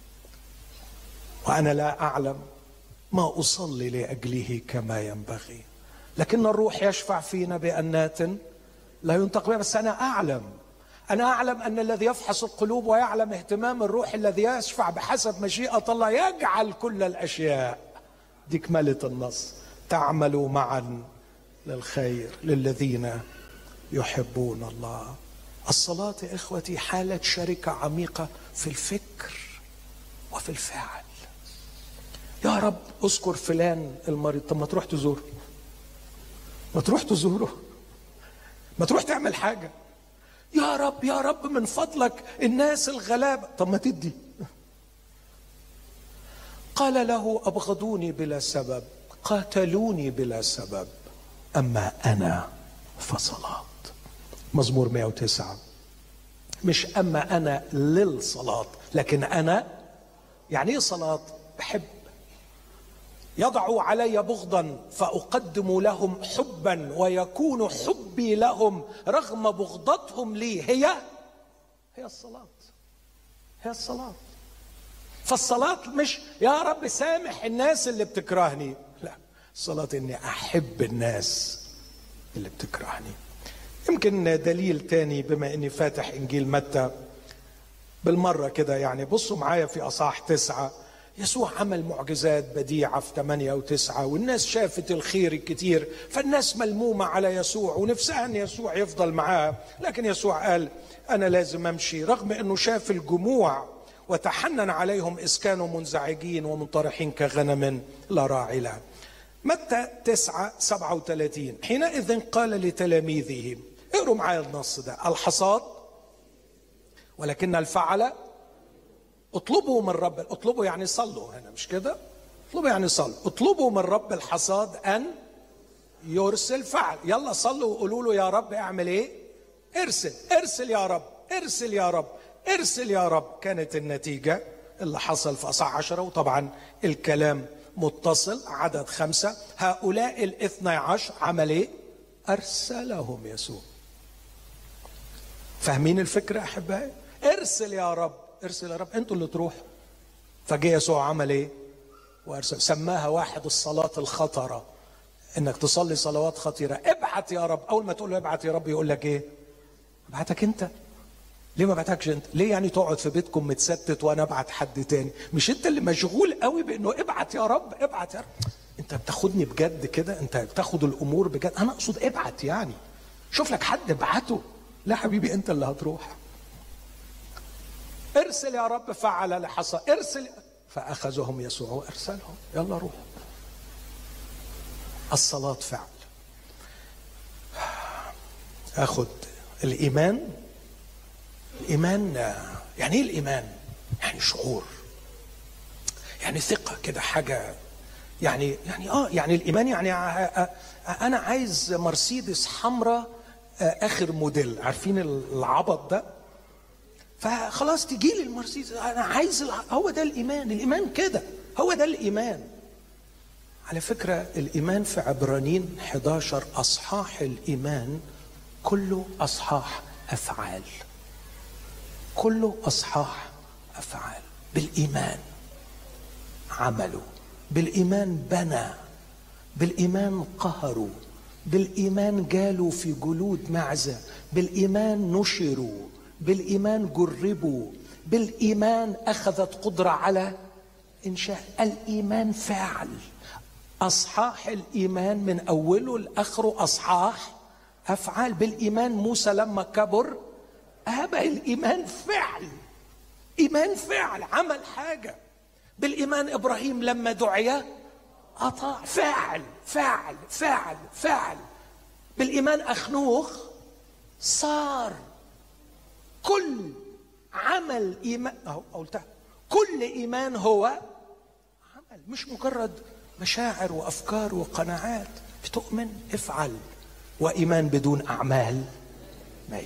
وانا لا اعلم ما اصلي لاجله كما ينبغي، لكن الروح يشفع فينا بأنات لا ينطق بها. بس انا اعلم انا اعلم ان الذي يفحص القلوب ويعلم اهتمام الروح الذي يشفع بحسب مشيئة الله يجعل كل الاشياء، دي كمالة النص، تعمل معا للخير للذين يحبون الله. الصلاة يا إخوتي حالة شركة عميقة في الفكر وفي الفعل. يا رب اذكر فلان المريض، طب ما تروح تزوره، ما تروح تزوره، ما تروح تعمل حاجة. يا رب يا رب من فضلك الناس الغلابة، طب ما تدي. قال له أبغضوني بلا سبب، قاتلوني بلا سبب، أما أنا فصلاة. مزمور مئة وتسعة. مش أما أنا للصلاة، لكن أنا يعني إيه صلاة؟ بحب. يضعوا علي بغضا فأقدم لهم حبا، ويكون حبي لهم رغم بغضتهم لي هي هي الصلاة. هي الصلاة. فالصلاة مش يا رب سامح الناس اللي بتكرهني، لا، الصلاة إني أحب الناس اللي بتكرهني. يمكن دليل تاني بما إني فاتح إنجيل متى بالمرة كده، يعني بصوا معايا في أصحاح تسعة. يسوع عمل معجزات بديعة في ثمانية وتسعة، والناس شافت الخير الكتير، فالناس ملمومة على يسوع ونفسها أن يسوع يفضل معاه، لكن يسوع قال أنا لازم أمشي، رغم أنه شاف الجموع وتحنن عليهم إذ كانوا منزعجين ومنطرحين كغنم لا راعي لها. متى تسعة سبعة وثلاثين. حينئذ قال لتلاميذه، اقروا معايا النص ده، الحصاد ولكن الفعل اطلبوا من رب. اطلبوا يعني صلوا، هنا مش كده؟ اطلبوا يعني صلوا. اطلبوا من رب الحصاد ان يرسل فعل. يلا صلوا وقولوا له يا رب اعمل ايه؟ ارسل ارسل يا رب ارسل يا رب ارسل يا رب. كانت النتيجة اللي حصل في أصحاح عشرة، وطبعا الكلام متصل. عدد خمسة، هؤلاء الاثني عشر عمل ايه؟ ارسلهم يسوع. فاهمين الفكرة احبائي؟ ارسل يا رب ارسل يا رب، انتوا اللي تروحوا. فجاء يسوع عمل ايه؟ وارسل. سماها واحد الصلاة الخطرة، انك تصلي صلوات خطيرة. ابعت يا رب. اول ما تقول له ابعت يا رب يقول لك ايه؟ ابعتك انت. ليه ما بعتكش انت؟ ليه يعني تقعد في بيتكم متستت وانا ابعت حد تاني؟ مش انت اللي مشغول قوي بانه ابعت يا رب ابعت يا رب؟ انت انت بتاخدني بجد كده؟ انت بتاخد الامور بجد؟ انا اقصد ابعت، يعني شوف لك حد ابعته. لا حبيبي، انت اللي هتروح. ارسل يا رب، فعل لحصى، ارسل. فاخذهم يسوع وارسلهم، يلا روح. الصلاة فعل. اخد الايمان. الايمان يعني ايه الايمان؟ يعني شعور، يعني ثقة كده، حاجة يعني يعني اه يعني الايمان يعني انا عايز مرسيدس حمراء اخر موديل، عارفين العبط ده؟ فخلاص تجي لي المرسيدس، انا عايز. هو ده الايمان. الايمان كده، هو ده الايمان. على فكرة الإيمان في عبرانيين احد عشر أصحاح الإيمان كله أصحاح أفعال، كله أصحاح أفعال. بالإيمان عملوا، بالإيمان بنى، بالإيمان قهروا، بالإيمان جالوا في جلود معزة، بالإيمان نشروا، بالإيمان جربوا، بالإيمان أخذت قدرة على إنشاء. الإيمان فعل. أصحاح الإيمان من أوله لآخره أصحاح أفعال. بالإيمان موسى لما كبر أبى. الإيمان فعل، إيمان فعل، عمل حاجة. بالإيمان إبراهيم لما دعي أطاع. فعل فعل فعل فعل. بالإيمان أخنوخ صار. كل عمل إيمان، أهو قلتها، كل إيمان هو عمل، مش مجرد مشاعر وأفكار وقناعات. بتؤمن افعل. وإيمان بدون أعمال ميت.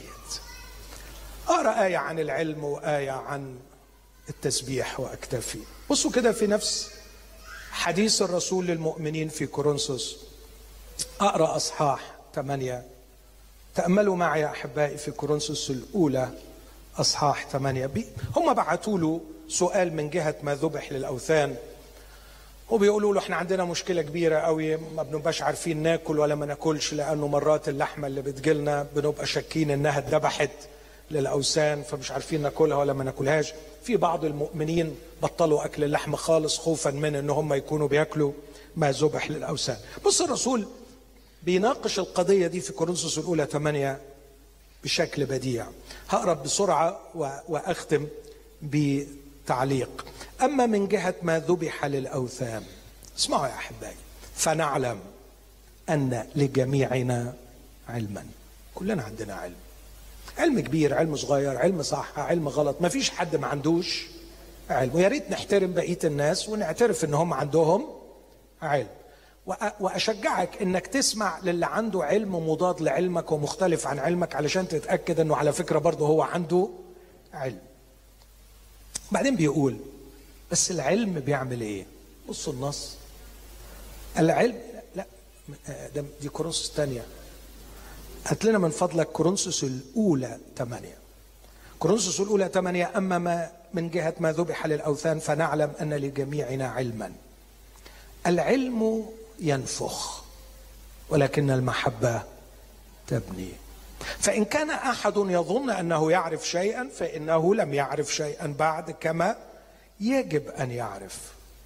أقرأ آية عن العلم وآية عن التسبيح وأكتفي. بصوا كده في نفس حديث الرسول للمؤمنين في كورنثوس، أقرأ أصحاح ثمانية. تأملوا معي يا أحبائي في كورنثوس الأولى أصحاح ثمانية. هم بعتوا له سؤال من جهة ما ذبح للأوثان، وبيقولوا له احنا عندنا مشكلة كبيرة قوي، ما بنبقاش عارفين ناكل ولا ما ناكلش، لأنه مرات اللحمة اللي بتجيلنا بنبقى شاكين انها اتذبحت للأوثان، فمش عارفين ناكلها ولا ما ناكلهاش. في بعض المؤمنين بطلوا أكل اللحم خالص خوفا من ان هم يكونوا بياكلوا ما ذبح للأوثان. بص الرسول بيناقش القضية دي في كورنثوس الأولى ثمانية بشكل بديع. هقرأ بسرعة وأختم بتعليق. أما من جهة ما ذبح للأوثان، اسمعوا يا أحبائي، فنعلم أن لجميعنا علما. كلنا عندنا علم، علم كبير، علم صغير، علم صح، علم غلط، ما فيش حد ما عندوش علم. ويا ريت نحترم بقية الناس ونعترف ان هم عندهم علم. وأشجعك انك تسمع للي عنده علم مضاد لعلمك ومختلف عن علمك، علشان تتأكد انه على فكرة برضه هو عنده علم. بعدين بيقول بس العلم بيعمل ايه؟ بصوا النص. العلم لا, لا دي كورنثوس الثانية. هات لنا من فضلك كورنثوس الأولى ثمانية. كورنثوس الأولى ثمانية. أما ما من جهة ما ذبح للأوثان فنعلم أن لجميعنا علما. العلم ينفخ ولكن المحبة تبني. فإن كان أحد يظن أنه يعرف شيئا فإنه لم يعرف شيئا بعد كما يجب أن يعرف.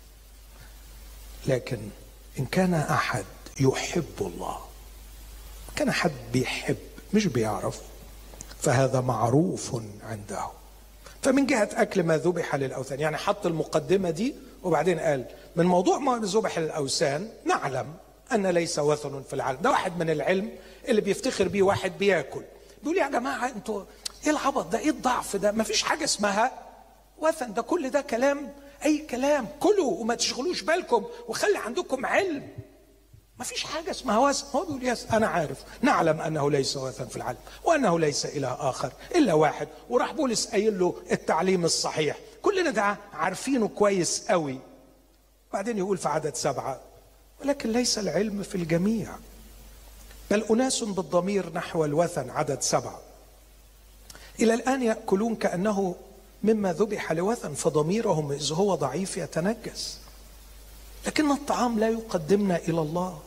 لكن إن كان أحد يحب الله، كان حد بيحب مش بيعرف، فهذا معروف عنده. فمن جهة أكل ما ذبح للأوثان، يعني حط المقدمة دي وبعدين قال من موضوع ما ذبح للأوثان نعلم أن ليس وثن في العالم. ده واحد من العلم اللي بيفتخر بيه واحد بياكل، بيقول يا جماعة انتوا ايه العبط ده، ايه الضعف ده، ما فيش حاجة اسمها وثن، ده كل ده كلام، اي كلام، كلوا وما تشغلوش بالكم وخلي عندكم علم، ما فيش حاجة اسمها وثن. هو بيقول يس أنا عارف، نعلم أنه ليس وثن في العالم وأنه ليس إله آخر إلا واحد. وراح بولس قايل له التعليم الصحيح، كلنا ده عارفينه كويس قوي. بعدين يقول في عدد سبعة ولكن ليس العلم في الجميع بل أناس بالضمير نحو الوثن. عدد سبعة إلى الآن يأكلون كأنه مما ذبح لوثن فضميرهم إذ هو ضعيف يتنجس، لكن الطعام لا يقدمنا إلى الله.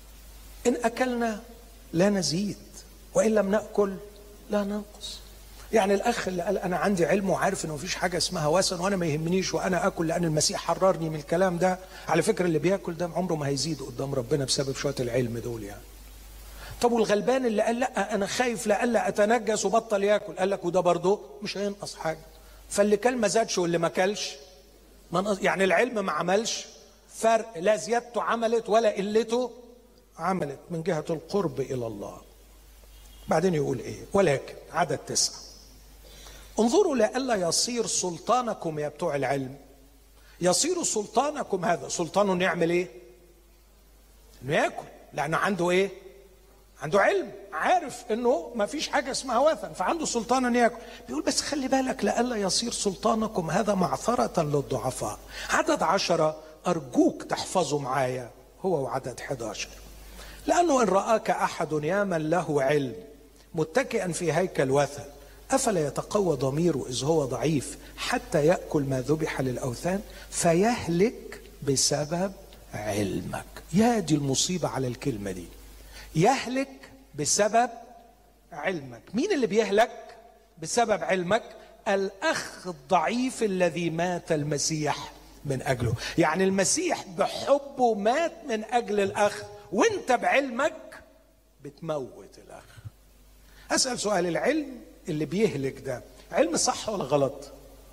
إن أكلنا لا نزيد وإن لم نأكل لا ننقص. يعني الأخ اللي قال أنا عندي علم وعارف إنه مفيش حاجة اسمها وثن وأنا ما يهمنيش وأنا أكل لأن المسيح حررني من الكلام ده، على فكرة اللي بياكل ده عمره ما هيزيد قدام ربنا بسبب شوية العلم دول يعني. طب والغلبان اللي قال لا أنا خايف لألا أتنجس وبطل ياكل، قال لك وده برضه مش هينقص حاجة. فاللي كل ما زادش واللي ما كلش يعني العلم ما عملش فرق، لا زيادته عملت ولا قلته عملت من جهة القرب إلى الله. بعدين يقول إيه؟ ولكن عدد تسعة، انظروا لئلا يصير سلطانكم يا بتوع العلم، يصير سلطانكم هذا سلطانه يعمل إيه؟ إنه ياكل، لأنه عنده إيه؟ عنده علم، عارف إنه ما فيش حاجة اسمها وثن، فعنده سلطان إنه ياكل. بيقول بس خلي بالك لئلا يصير سلطانكم هذا معثرة للضعفاء. عدد عشرة أرجوك تحفظوا معايا، هو وعدد أحد عشر، لأنه إن رآك أحد يا من له علم متكئا في هيكل وثن أفلا يتقوى ضميره إذ هو ضعيف حتى يأكل ما ذبح للأوثان فيهلك بسبب علمك. يا دي المصيبة على الكلمة دي، يهلك بسبب علمك. مين اللي بيهلك بسبب علمك؟ الأخ الضعيف الذي مات المسيح من أجله. يعني المسيح بحبه مات من أجل الأخ، وانت بعلمك بتموت الأخ. أسأل سؤال، العلم اللي بيهلك ده علم صح ولا غلط؟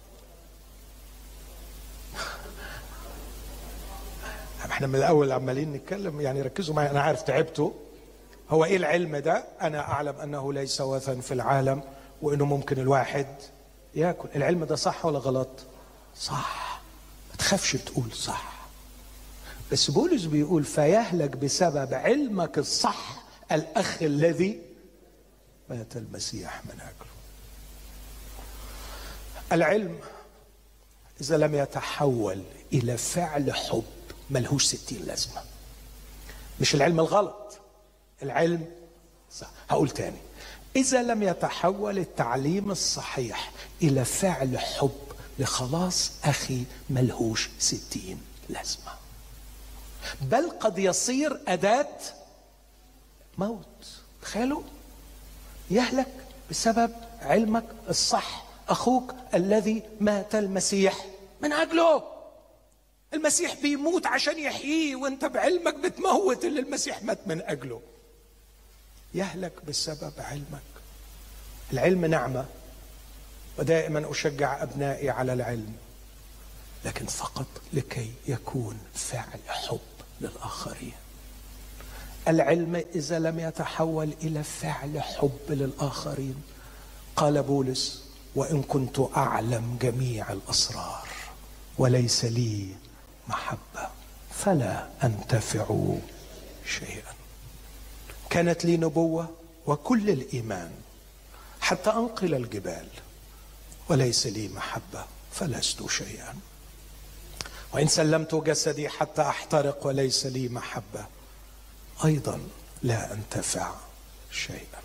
احنا من الأول عمالين نتكلم، يعني ركزوا معي، أنا عارف تعبتوا. هو إيه العلم ده؟ أنا أعلم أنه ليس وثن في العالم وإنه ممكن الواحد يأكل. العلم ده صح ولا غلط؟ صح، ما تخافش تقول صح. بس بولس بيقول فيهلك بسبب علمك الصح الأخ الذي مات المسيح من أجله. العلم إذا لم يتحول إلى فعل حب ملهوش ستين لازمة. مش العلم الغلط، العلم صح. هقول تاني، إذا لم يتحول التعليم الصحيح إلى فعل حب لخلاص أخي ملهوش ستين لازمة، بل قد يصير أداة موت. تخيلوا، يهلك بسبب علمك الصح أخوك الذي مات المسيح من أجله. المسيح بيموت عشان يحييه وانت بعلمك بتموت اللي المسيح مات من أجله. يهلك بسبب علمك. العلم نعمة، ودائما أشجع أبنائي على العلم، لكن فقط لكي يكون فعل حب للآخرين. العلم إذا لم يتحول إلى فعل حب للآخرين، قال بولس وإن كنت أعلم جميع الأسرار وليس لي محبة فلا أنتفع شيئا. كانت لي نبوة وكل الإيمان حتى أنقل الجبال وليس لي محبة فلست شيئا. وإن سلمت جسدي حتى أحترق وليس لي محبة أيضا لا أنتفع شيئا.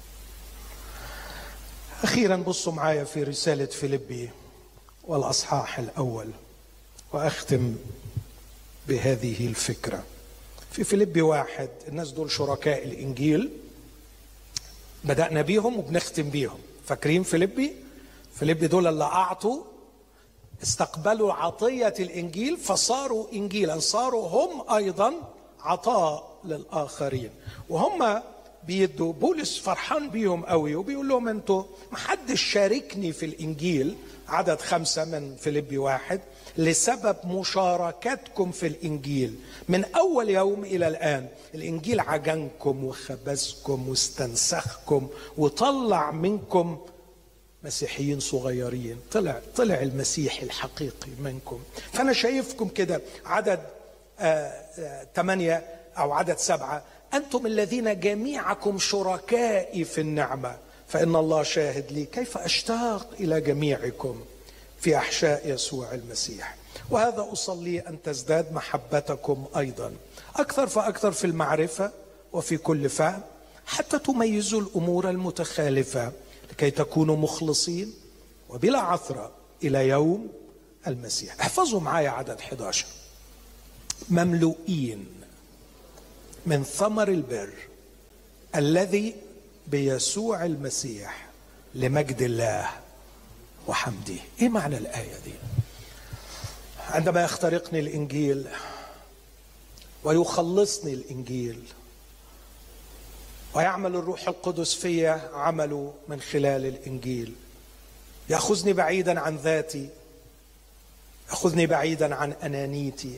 أخيرا بصوا معايا في رسالة فيليبي والأصحاح الأول، وأختم بهذه الفكرة. في فيليبي واحد، الناس دول شركاء الإنجيل، بدأنا بيهم وبنختم بيهم. فاكرين فيليبي؟ فيليبي دول اللي أعطوا، استقبلوا عطية الإنجيل فصاروا إنجيلا، صاروا هم أيضا عطاء للآخرين. وهم بيدوا، بولس فرحان بيهم قوي وبيقول لهم انتوا محدش شاركني في الإنجيل، عدد خمسة من فيليبي واحد، لسبب مشاركتكم في الإنجيل من أول يوم إلى الآن. الإنجيل عجنكم وخبزكم واستنسخكم وطلع منكم مسيحيين صغيرين، طلع طلع المسيح الحقيقي منكم. فأنا شايفكم كده. عدد ثمانية أو عدد سبعة، أنتم الذين جميعكم شركائي في النعمة، فإن الله شاهد لي كيف أشتاق إلى جميعكم في أحشاء يسوع المسيح. وهذا أصلي أن تزداد محبتكم أيضا أكثر فأكثر في المعرفة وفي كل فهم، حتى تميزوا الأمور المتخالفة، لكي تكونوا مخلصين وبلا عثرة إلى يوم المسيح. احفظوا معايا عدد أحد عشر، مملوئين من ثمر البر الذي بيسوع المسيح لمجد الله وحمده. ايه معنى الآية دي؟ عندما يخترقني الإنجيل ويخلصني الإنجيل ويعمل الروح القدس فيا عمله من خلال الإنجيل، يأخذني بعيدا عن ذاتي، يأخذني بعيدا عن أنانيتي،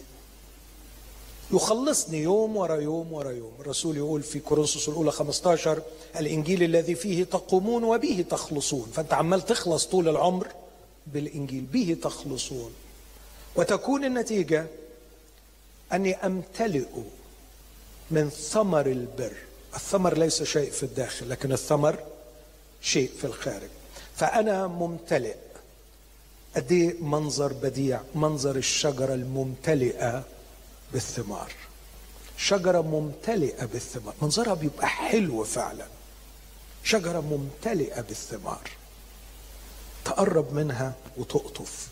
يخلصني يوم ورا يوم ورا يوم. الرسول يقول في كورنثوس الأولى خمسة عشر: الإنجيل الذي فيه تقومون وبه تخلصون. فأنت عمال تخلص طول العمر بالإنجيل، به تخلصون. وتكون النتيجة أني أمتلئ من ثمر البر. الثمر ليس شيء في الداخل، لكن الثمر شيء في الخارج. فأنا ممتلئ. قد ايه منظر بديع، منظر الشجرة الممتلئة بالثمار. شجرة ممتلئة بالثمار، منظرها بيبقى حلو فعلا. شجرة ممتلئة بالثمار، تقرب منها وتقطف.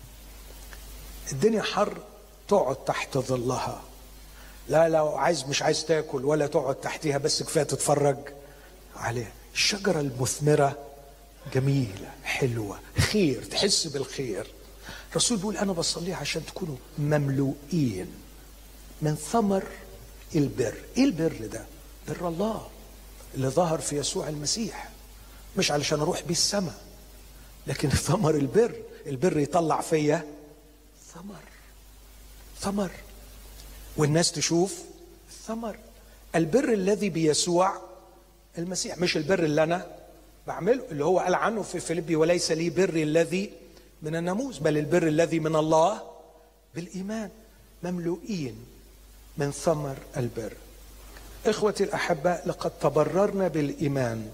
الدنيا حر، تقعد تحت ظلها. لا لو عايز مش عايز تاكل ولا تقعد تحتها، بس كفاية تتفرج عليها. الشجرة المثمرة جميلة حلوة، خير، تحس بالخير. الرسول بيقول أنا بصلي عشان تكونوا مملوئين من ثمر البر. إيه البر ده؟ بر الله اللي ظهر في يسوع المسيح، مش علشان أروح بيه السماء، لكن ثمر البر. البر يطلع فيا ثمر، ثمر، والناس تشوف ثمر. البر الذي بيسوع المسيح، مش البر اللي أنا بعمله، اللي هو قال عنه في فيليبي: وليس لي بر الذي من الناموس، بل البر الذي من الله بالإيمان. مملوئين من ثمر البر. إخوتي الأحباء، لقد تبررنا بالإيمان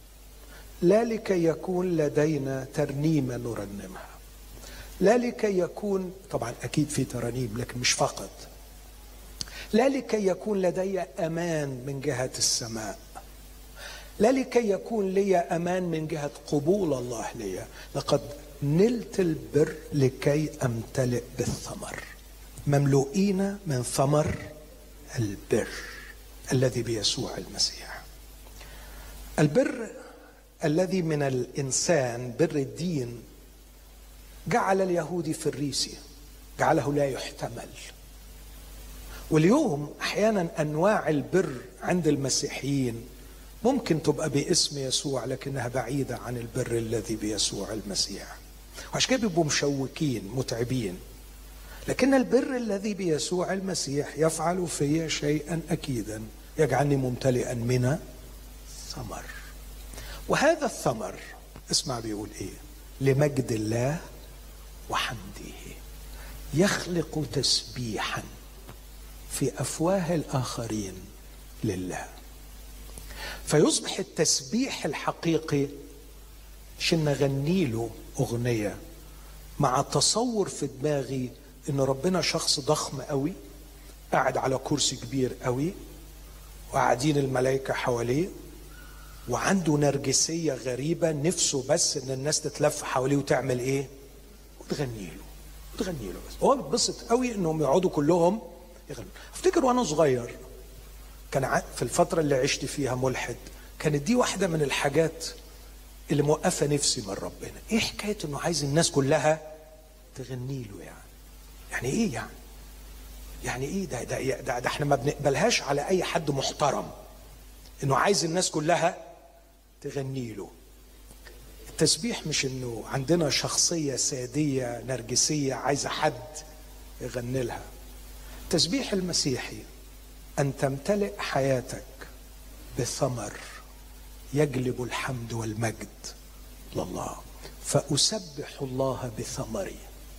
لا لكي يكون لدينا ترنيمة نرنمها، لا لكي يكون، طبعا أكيد في ترانيم لكن مش فقط، لا لكي يكون لدي أمان من جهة السماء، لا لكي يكون لي أمان من جهة قبول الله لي. لقد نلت البر لكي أمتلئ بالثمر. مملوئين من ثمر البر الذي بيسوع المسيح. البر الذي من الإنسان، بر الدين، جعل اليهودي فريسي، جعله لا يحتمل. واليوم أحيانا أنواع البر عند المسيحيين ممكن تبقى باسم يسوع لكنها بعيدة عن البر الذي بيسوع المسيح، وعشان كده بيبقوا مشوكين متعبين. لكن البر الذي بيسوع المسيح يفعل في شيئا أكيدا، يجعلني ممتلئا من ثمر. وهذا الثمر، اسمع بيقول ايه: لمجد الله وحمده، يخلق تسبيحا في أفواه الآخرين لله. فيصبح التسبيح الحقيقي عشان نغني له أغنية مع تصور في دماغي إن ربنا شخص ضخم قوي، قاعد على كرسي كبير قوي، وقاعدين الملائكة حواليه، وعنده نرجسية غريبة، نفسه بس إن الناس تتلف حواليه وتعمل إيه؟ وتغني له، وتغني له بس. هو بيتبسط قوي إنهم يقعدوا كلهم يغنوا. أفتكر وأنا صغير كان في الفترة اللي عشت فيها ملحد، كانت دي واحدة من الحاجات اللي موقفة نفسي من ربنا. ايه حكاية انه عايز الناس كلها تغني له؟ يعني يعني ايه يعني يعني ايه ده ده, ده, ده احنا ما بنقبلهاش على اي حد محترم، انه عايز الناس كلها تغني له. التسبيح مش انه عندنا شخصية سادية نرجسية عايزة حد يغني لها. التسبيح المسيحي أن تمتلئ حياتك بثمر يجلب الحمد والمجد لله. فأسبح الله بثمري،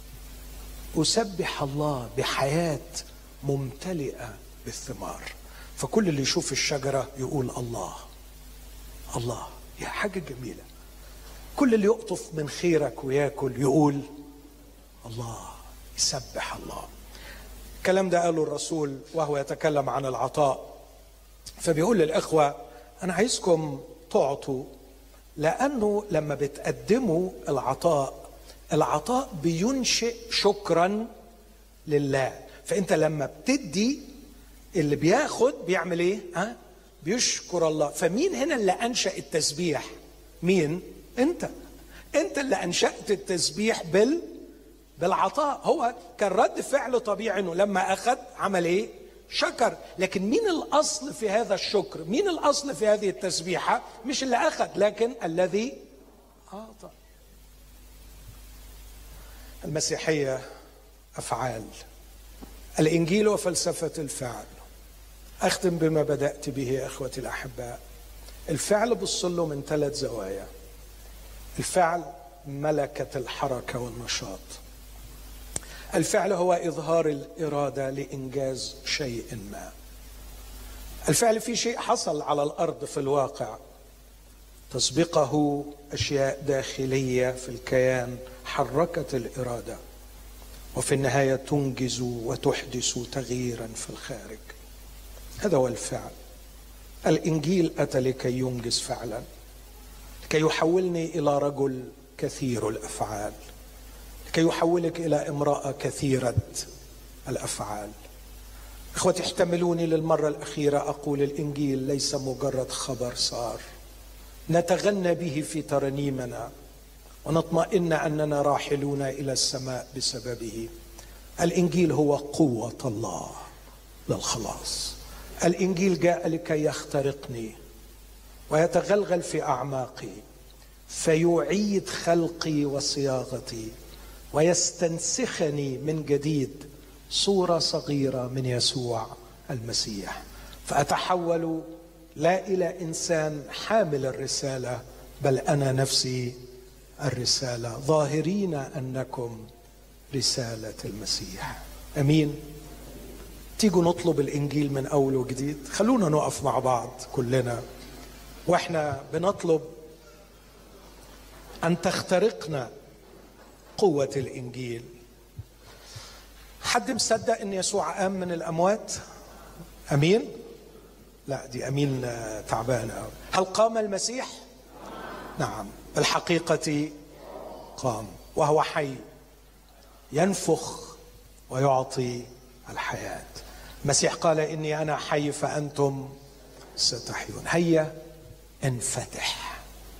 أسبح الله بحياة ممتلئة بالثمار. فكل اللي يشوف الشجرة يقول الله الله، يا حاجة جميلة. كل اللي يقطف من خيرك وياكل يقول الله، يسبح الله. الكلام ده قاله الرسول وهو يتكلم عن العطاء، فبيقول للإخوة: أنا عايزكم تعطوا، لأنه لما بتقدموا العطاء، العطاء بينشئ شكرا لله. فأنت لما بتدي، اللي بياخد بيعمل إيه؟ ها؟ بيشكر الله. فمين هنا اللي أنشأ التسبيح؟ مين؟ انت انت اللي انشأت التسبيح بال بالعطاء. هو كان رد فعل طبيعي انه لما اخذ عمل ايه؟ شكر. لكن مين الاصل في هذا الشكر؟ مين الاصل في هذه التسبيحة؟ مش اللي اخذ لكن الذي اعطى. المسيحية افعال، الانجيل وفلسفة الفعل. اختم بما بدأت به اخوتي الاحباء. الفعل بص له من ثلاث زوايا. الفعل ملكة الحركة والنشاط. الفعل هو إظهار الإرادة لإنجاز شيء ما. الفعل في شيء حصل على الأرض في الواقع تسبقه أشياء داخلية في الكيان حركت الإرادة، وفي النهاية تنجز وتحدث تغييرا في الخارج. هذا هو الفعل. الإنجيل أتى لكي ينجز فعلا، لكي يحولني إلى رجل كثير الأفعال، لكي يحولك إلى امرأة كثيرة الأفعال. إخوتي احتملوني للمرة الأخيرة أقول الإنجيل ليس مجرد خبر صار نتغنى به في ترنيمنا ونطمئن أننا راحلون إلى السماء بسببه. الإنجيل هو قوة الله للخلاص. الإنجيل جاء لكي يخترقني ويتغلغل في أعماقي فيعيد خلقي وصياغتي ويستنسخني من جديد صورة صغيرة من يسوع المسيح، فأتحول لا إلى إنسان حامل الرسالة بل أنا نفسي الرسالة، ظاهرين أنكم رسالة المسيح. أمين. تيجوا نطلب الإنجيل من أول وجديد. خلونا نقف مع بعض كلنا وإحنا بنطلب أن تخترقنا قوة الإنجيل. حد مصدق أن يسوع قام من الأموات؟ أمين؟ لا، دي أمين تعبانة. هل قام المسيح؟ نعم، بالحقيقة قام وهو حي ينفخ ويعطي الحياة. المسيح قال إني أنا حي فأنتم ستحيون. هيا انفتح،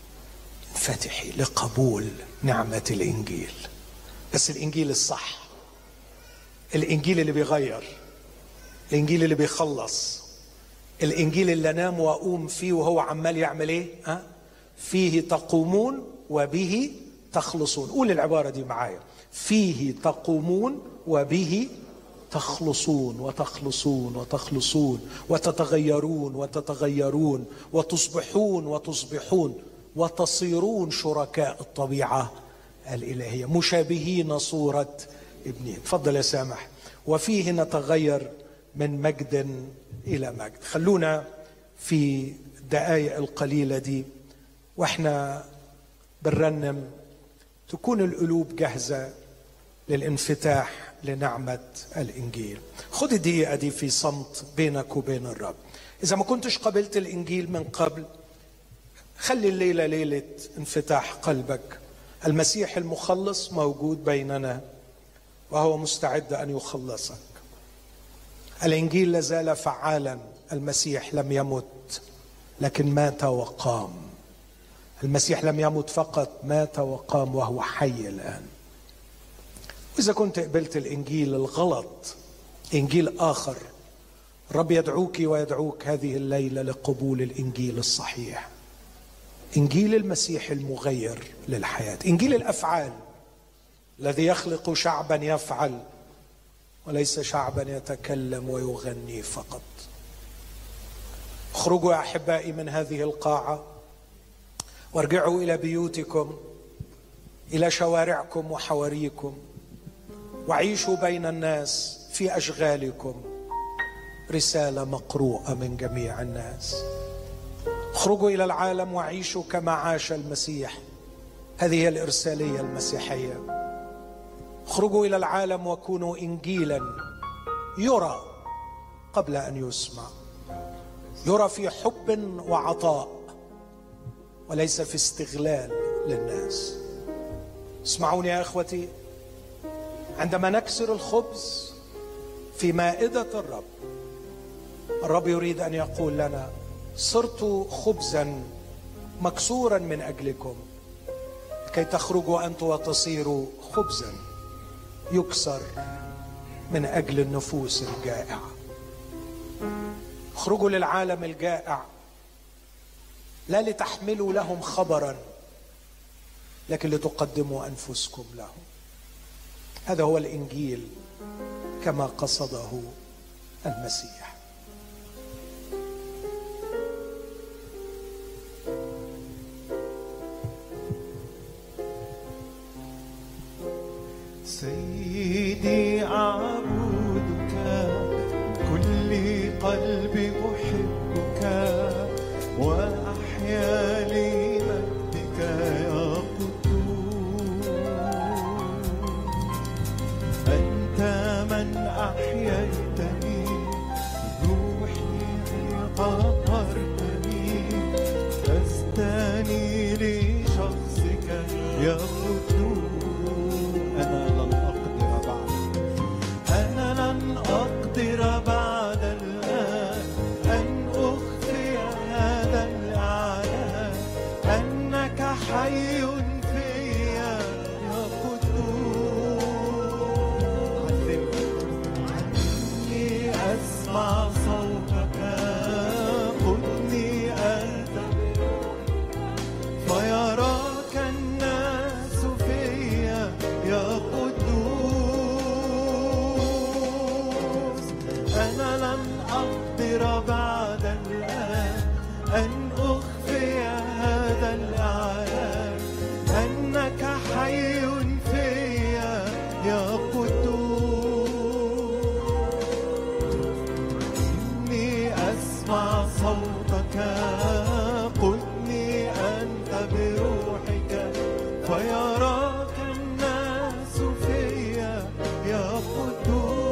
انفتحي لقبول نعمة الإنجيل، بس الإنجيل الصح، الإنجيل اللي بيغير، الإنجيل اللي بيخلص، الإنجيل اللي أنام وأقوم فيه وهو عمال يعمل إيه؟ أه؟ فيه تقومون وبه تخلصون. قول العبارة دي معايا: فيه تقومون وبه تخلصون وتخلصون وتخلصون وتتغيرون وتتغيرون وتصبحون وتصبحون وتصيرون شركاء الطبيعة الإلهية مشابهين صورة ابنه. تفضل يا سامح. وفيه نتغير من مجد إلى مجد. خلونا في الدقائق القليلة دي واحنا بنرنم تكون القلوب جاهزة للانفتاح لنعمة الإنجيل. خد الدقيقة دي في صمت بينك وبين الرب. إذا ما كنتش قبلت الإنجيل من قبل، خلي الليلة ليلة انفتاح قلبك. المسيح المخلص موجود بيننا وهو مستعد أن يخلصك. الإنجيل لازال فعالا. المسيح لم يمت لكن مات وقام. المسيح لم يمت فقط، مات وقام وهو حي الآن. وإذا كنت قبلت الإنجيل الغلط، إنجيل آخر، الرب يدعوك ويدعوك هذه الليلة لقبول الإنجيل الصحيح، إنجيل المسيح المغير للحياة، إنجيل الأفعال الذي يخلق شعبا يفعل وليس شعبا يتكلم ويغني فقط. اخرجوا يا أحبائي من هذه القاعة وارجعوا إلى بيوتكم، إلى شوارعكم وحواريكم، وعيشوا بين الناس في أشغالكم رسالة مقروءة من جميع الناس. اخرجوا إلى العالم وعيشوا كما عاش المسيح. هذه هي الإرسالية المسيحية. اخرجوا إلى العالم وكونوا إنجيلا يرى قبل أن يسمع، يرى في حب وعطاء وليس في استغلال للناس. اسمعوني يا أخوتي، عندما نكسر الخبز في مائدة الرب، الرب يريد أن يقول لنا: صرت خبزا مكسورا من أجلكم كي تخرجوا أنتم وتصيروا خبزا يكسر من أجل النفوس الجائعة. اخرجوا للعالم الجائع لا لتحملوا لهم خبرا، لكن لتقدموا أنفسكم لهم. هذا هو الإنجيل كما قصده المسيح. سيدي أعبدك بكل قلبي، أحبك وأحيا لمجدك يا قدوس. أنت من أحييتني، روحي قهرتني، فاستني لشخصك يا قدوس. أقدر بعد الآن أن أخفي هذا الإعلان، أنك حي فيا يا قدوس. علمني أسمع صوتك، خذني أنت فيراك الناس فيا يا قدوس. أنا لن أقدر بعد الآن أن أخفي هذا الإعلان، أنك حي فيا يا قدوس. إني أسمع صوتك، قدني أنت بروحك فيراك الناس فيا يا قدوس.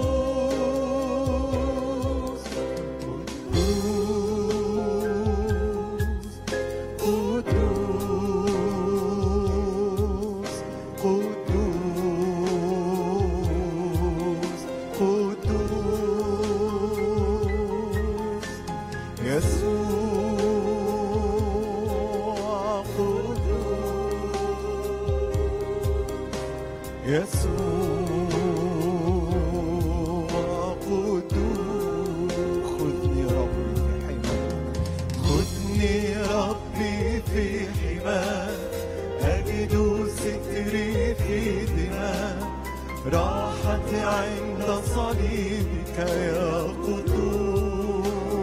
راحتي عند صليبك يا قدوس.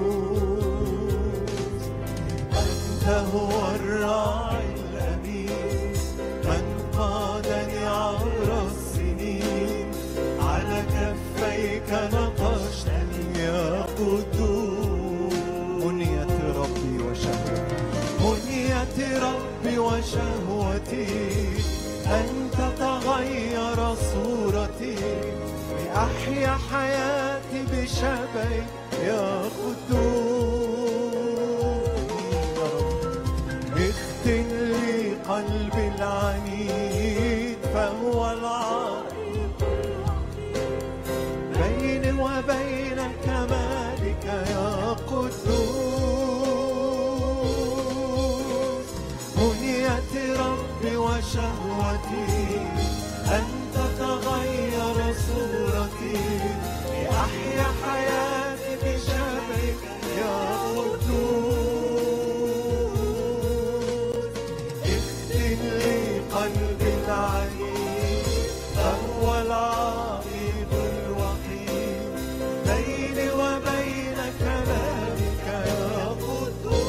أنت هو الراعي الأمين، من قادني عبر السنين، على كفيك نقشتني يا قدوس. منية ربي وشهوتي، منية ربي وشهوتي أن تتغير صورتي، لأحيا حياتي بشبهك يا قدوس. اختن لي قلبي العنيد، فهو العائق بيني وبين كمالك يا قدوس. منية ربي وشهوتي أن تتغير صورتي، لأحيا حياتي بشبهك يا قدوس. اختن لي قلبي العنيد، فهو العائد الوحيد بيني وبين كلامك يا قدوس.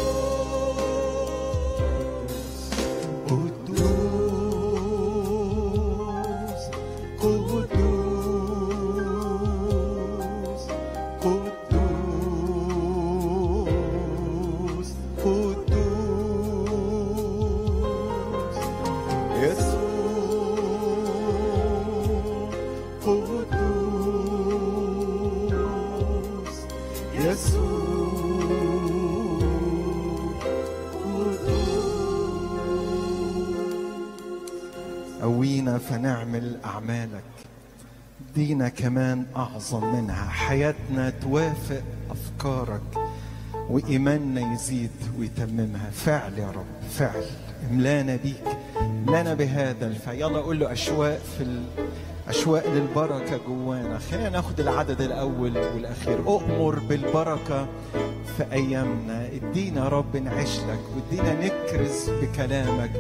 قوينا فنعمل أعمالك، دينا كمان أعظم منها، حياتنا توافق أفكارك، وإيماننا يزيد ويتممها. فعل يا رب، فعل. املانا بيك، املانا بهذا الفعل. يلا قول له أشواق في ال... أشواق للبركة جوانا. خلينا ناخد العدد الأول والأخير. أؤمر بالبركة في أيامنا. ادينا رب نعيش لك، وادينا نكرز بكلامك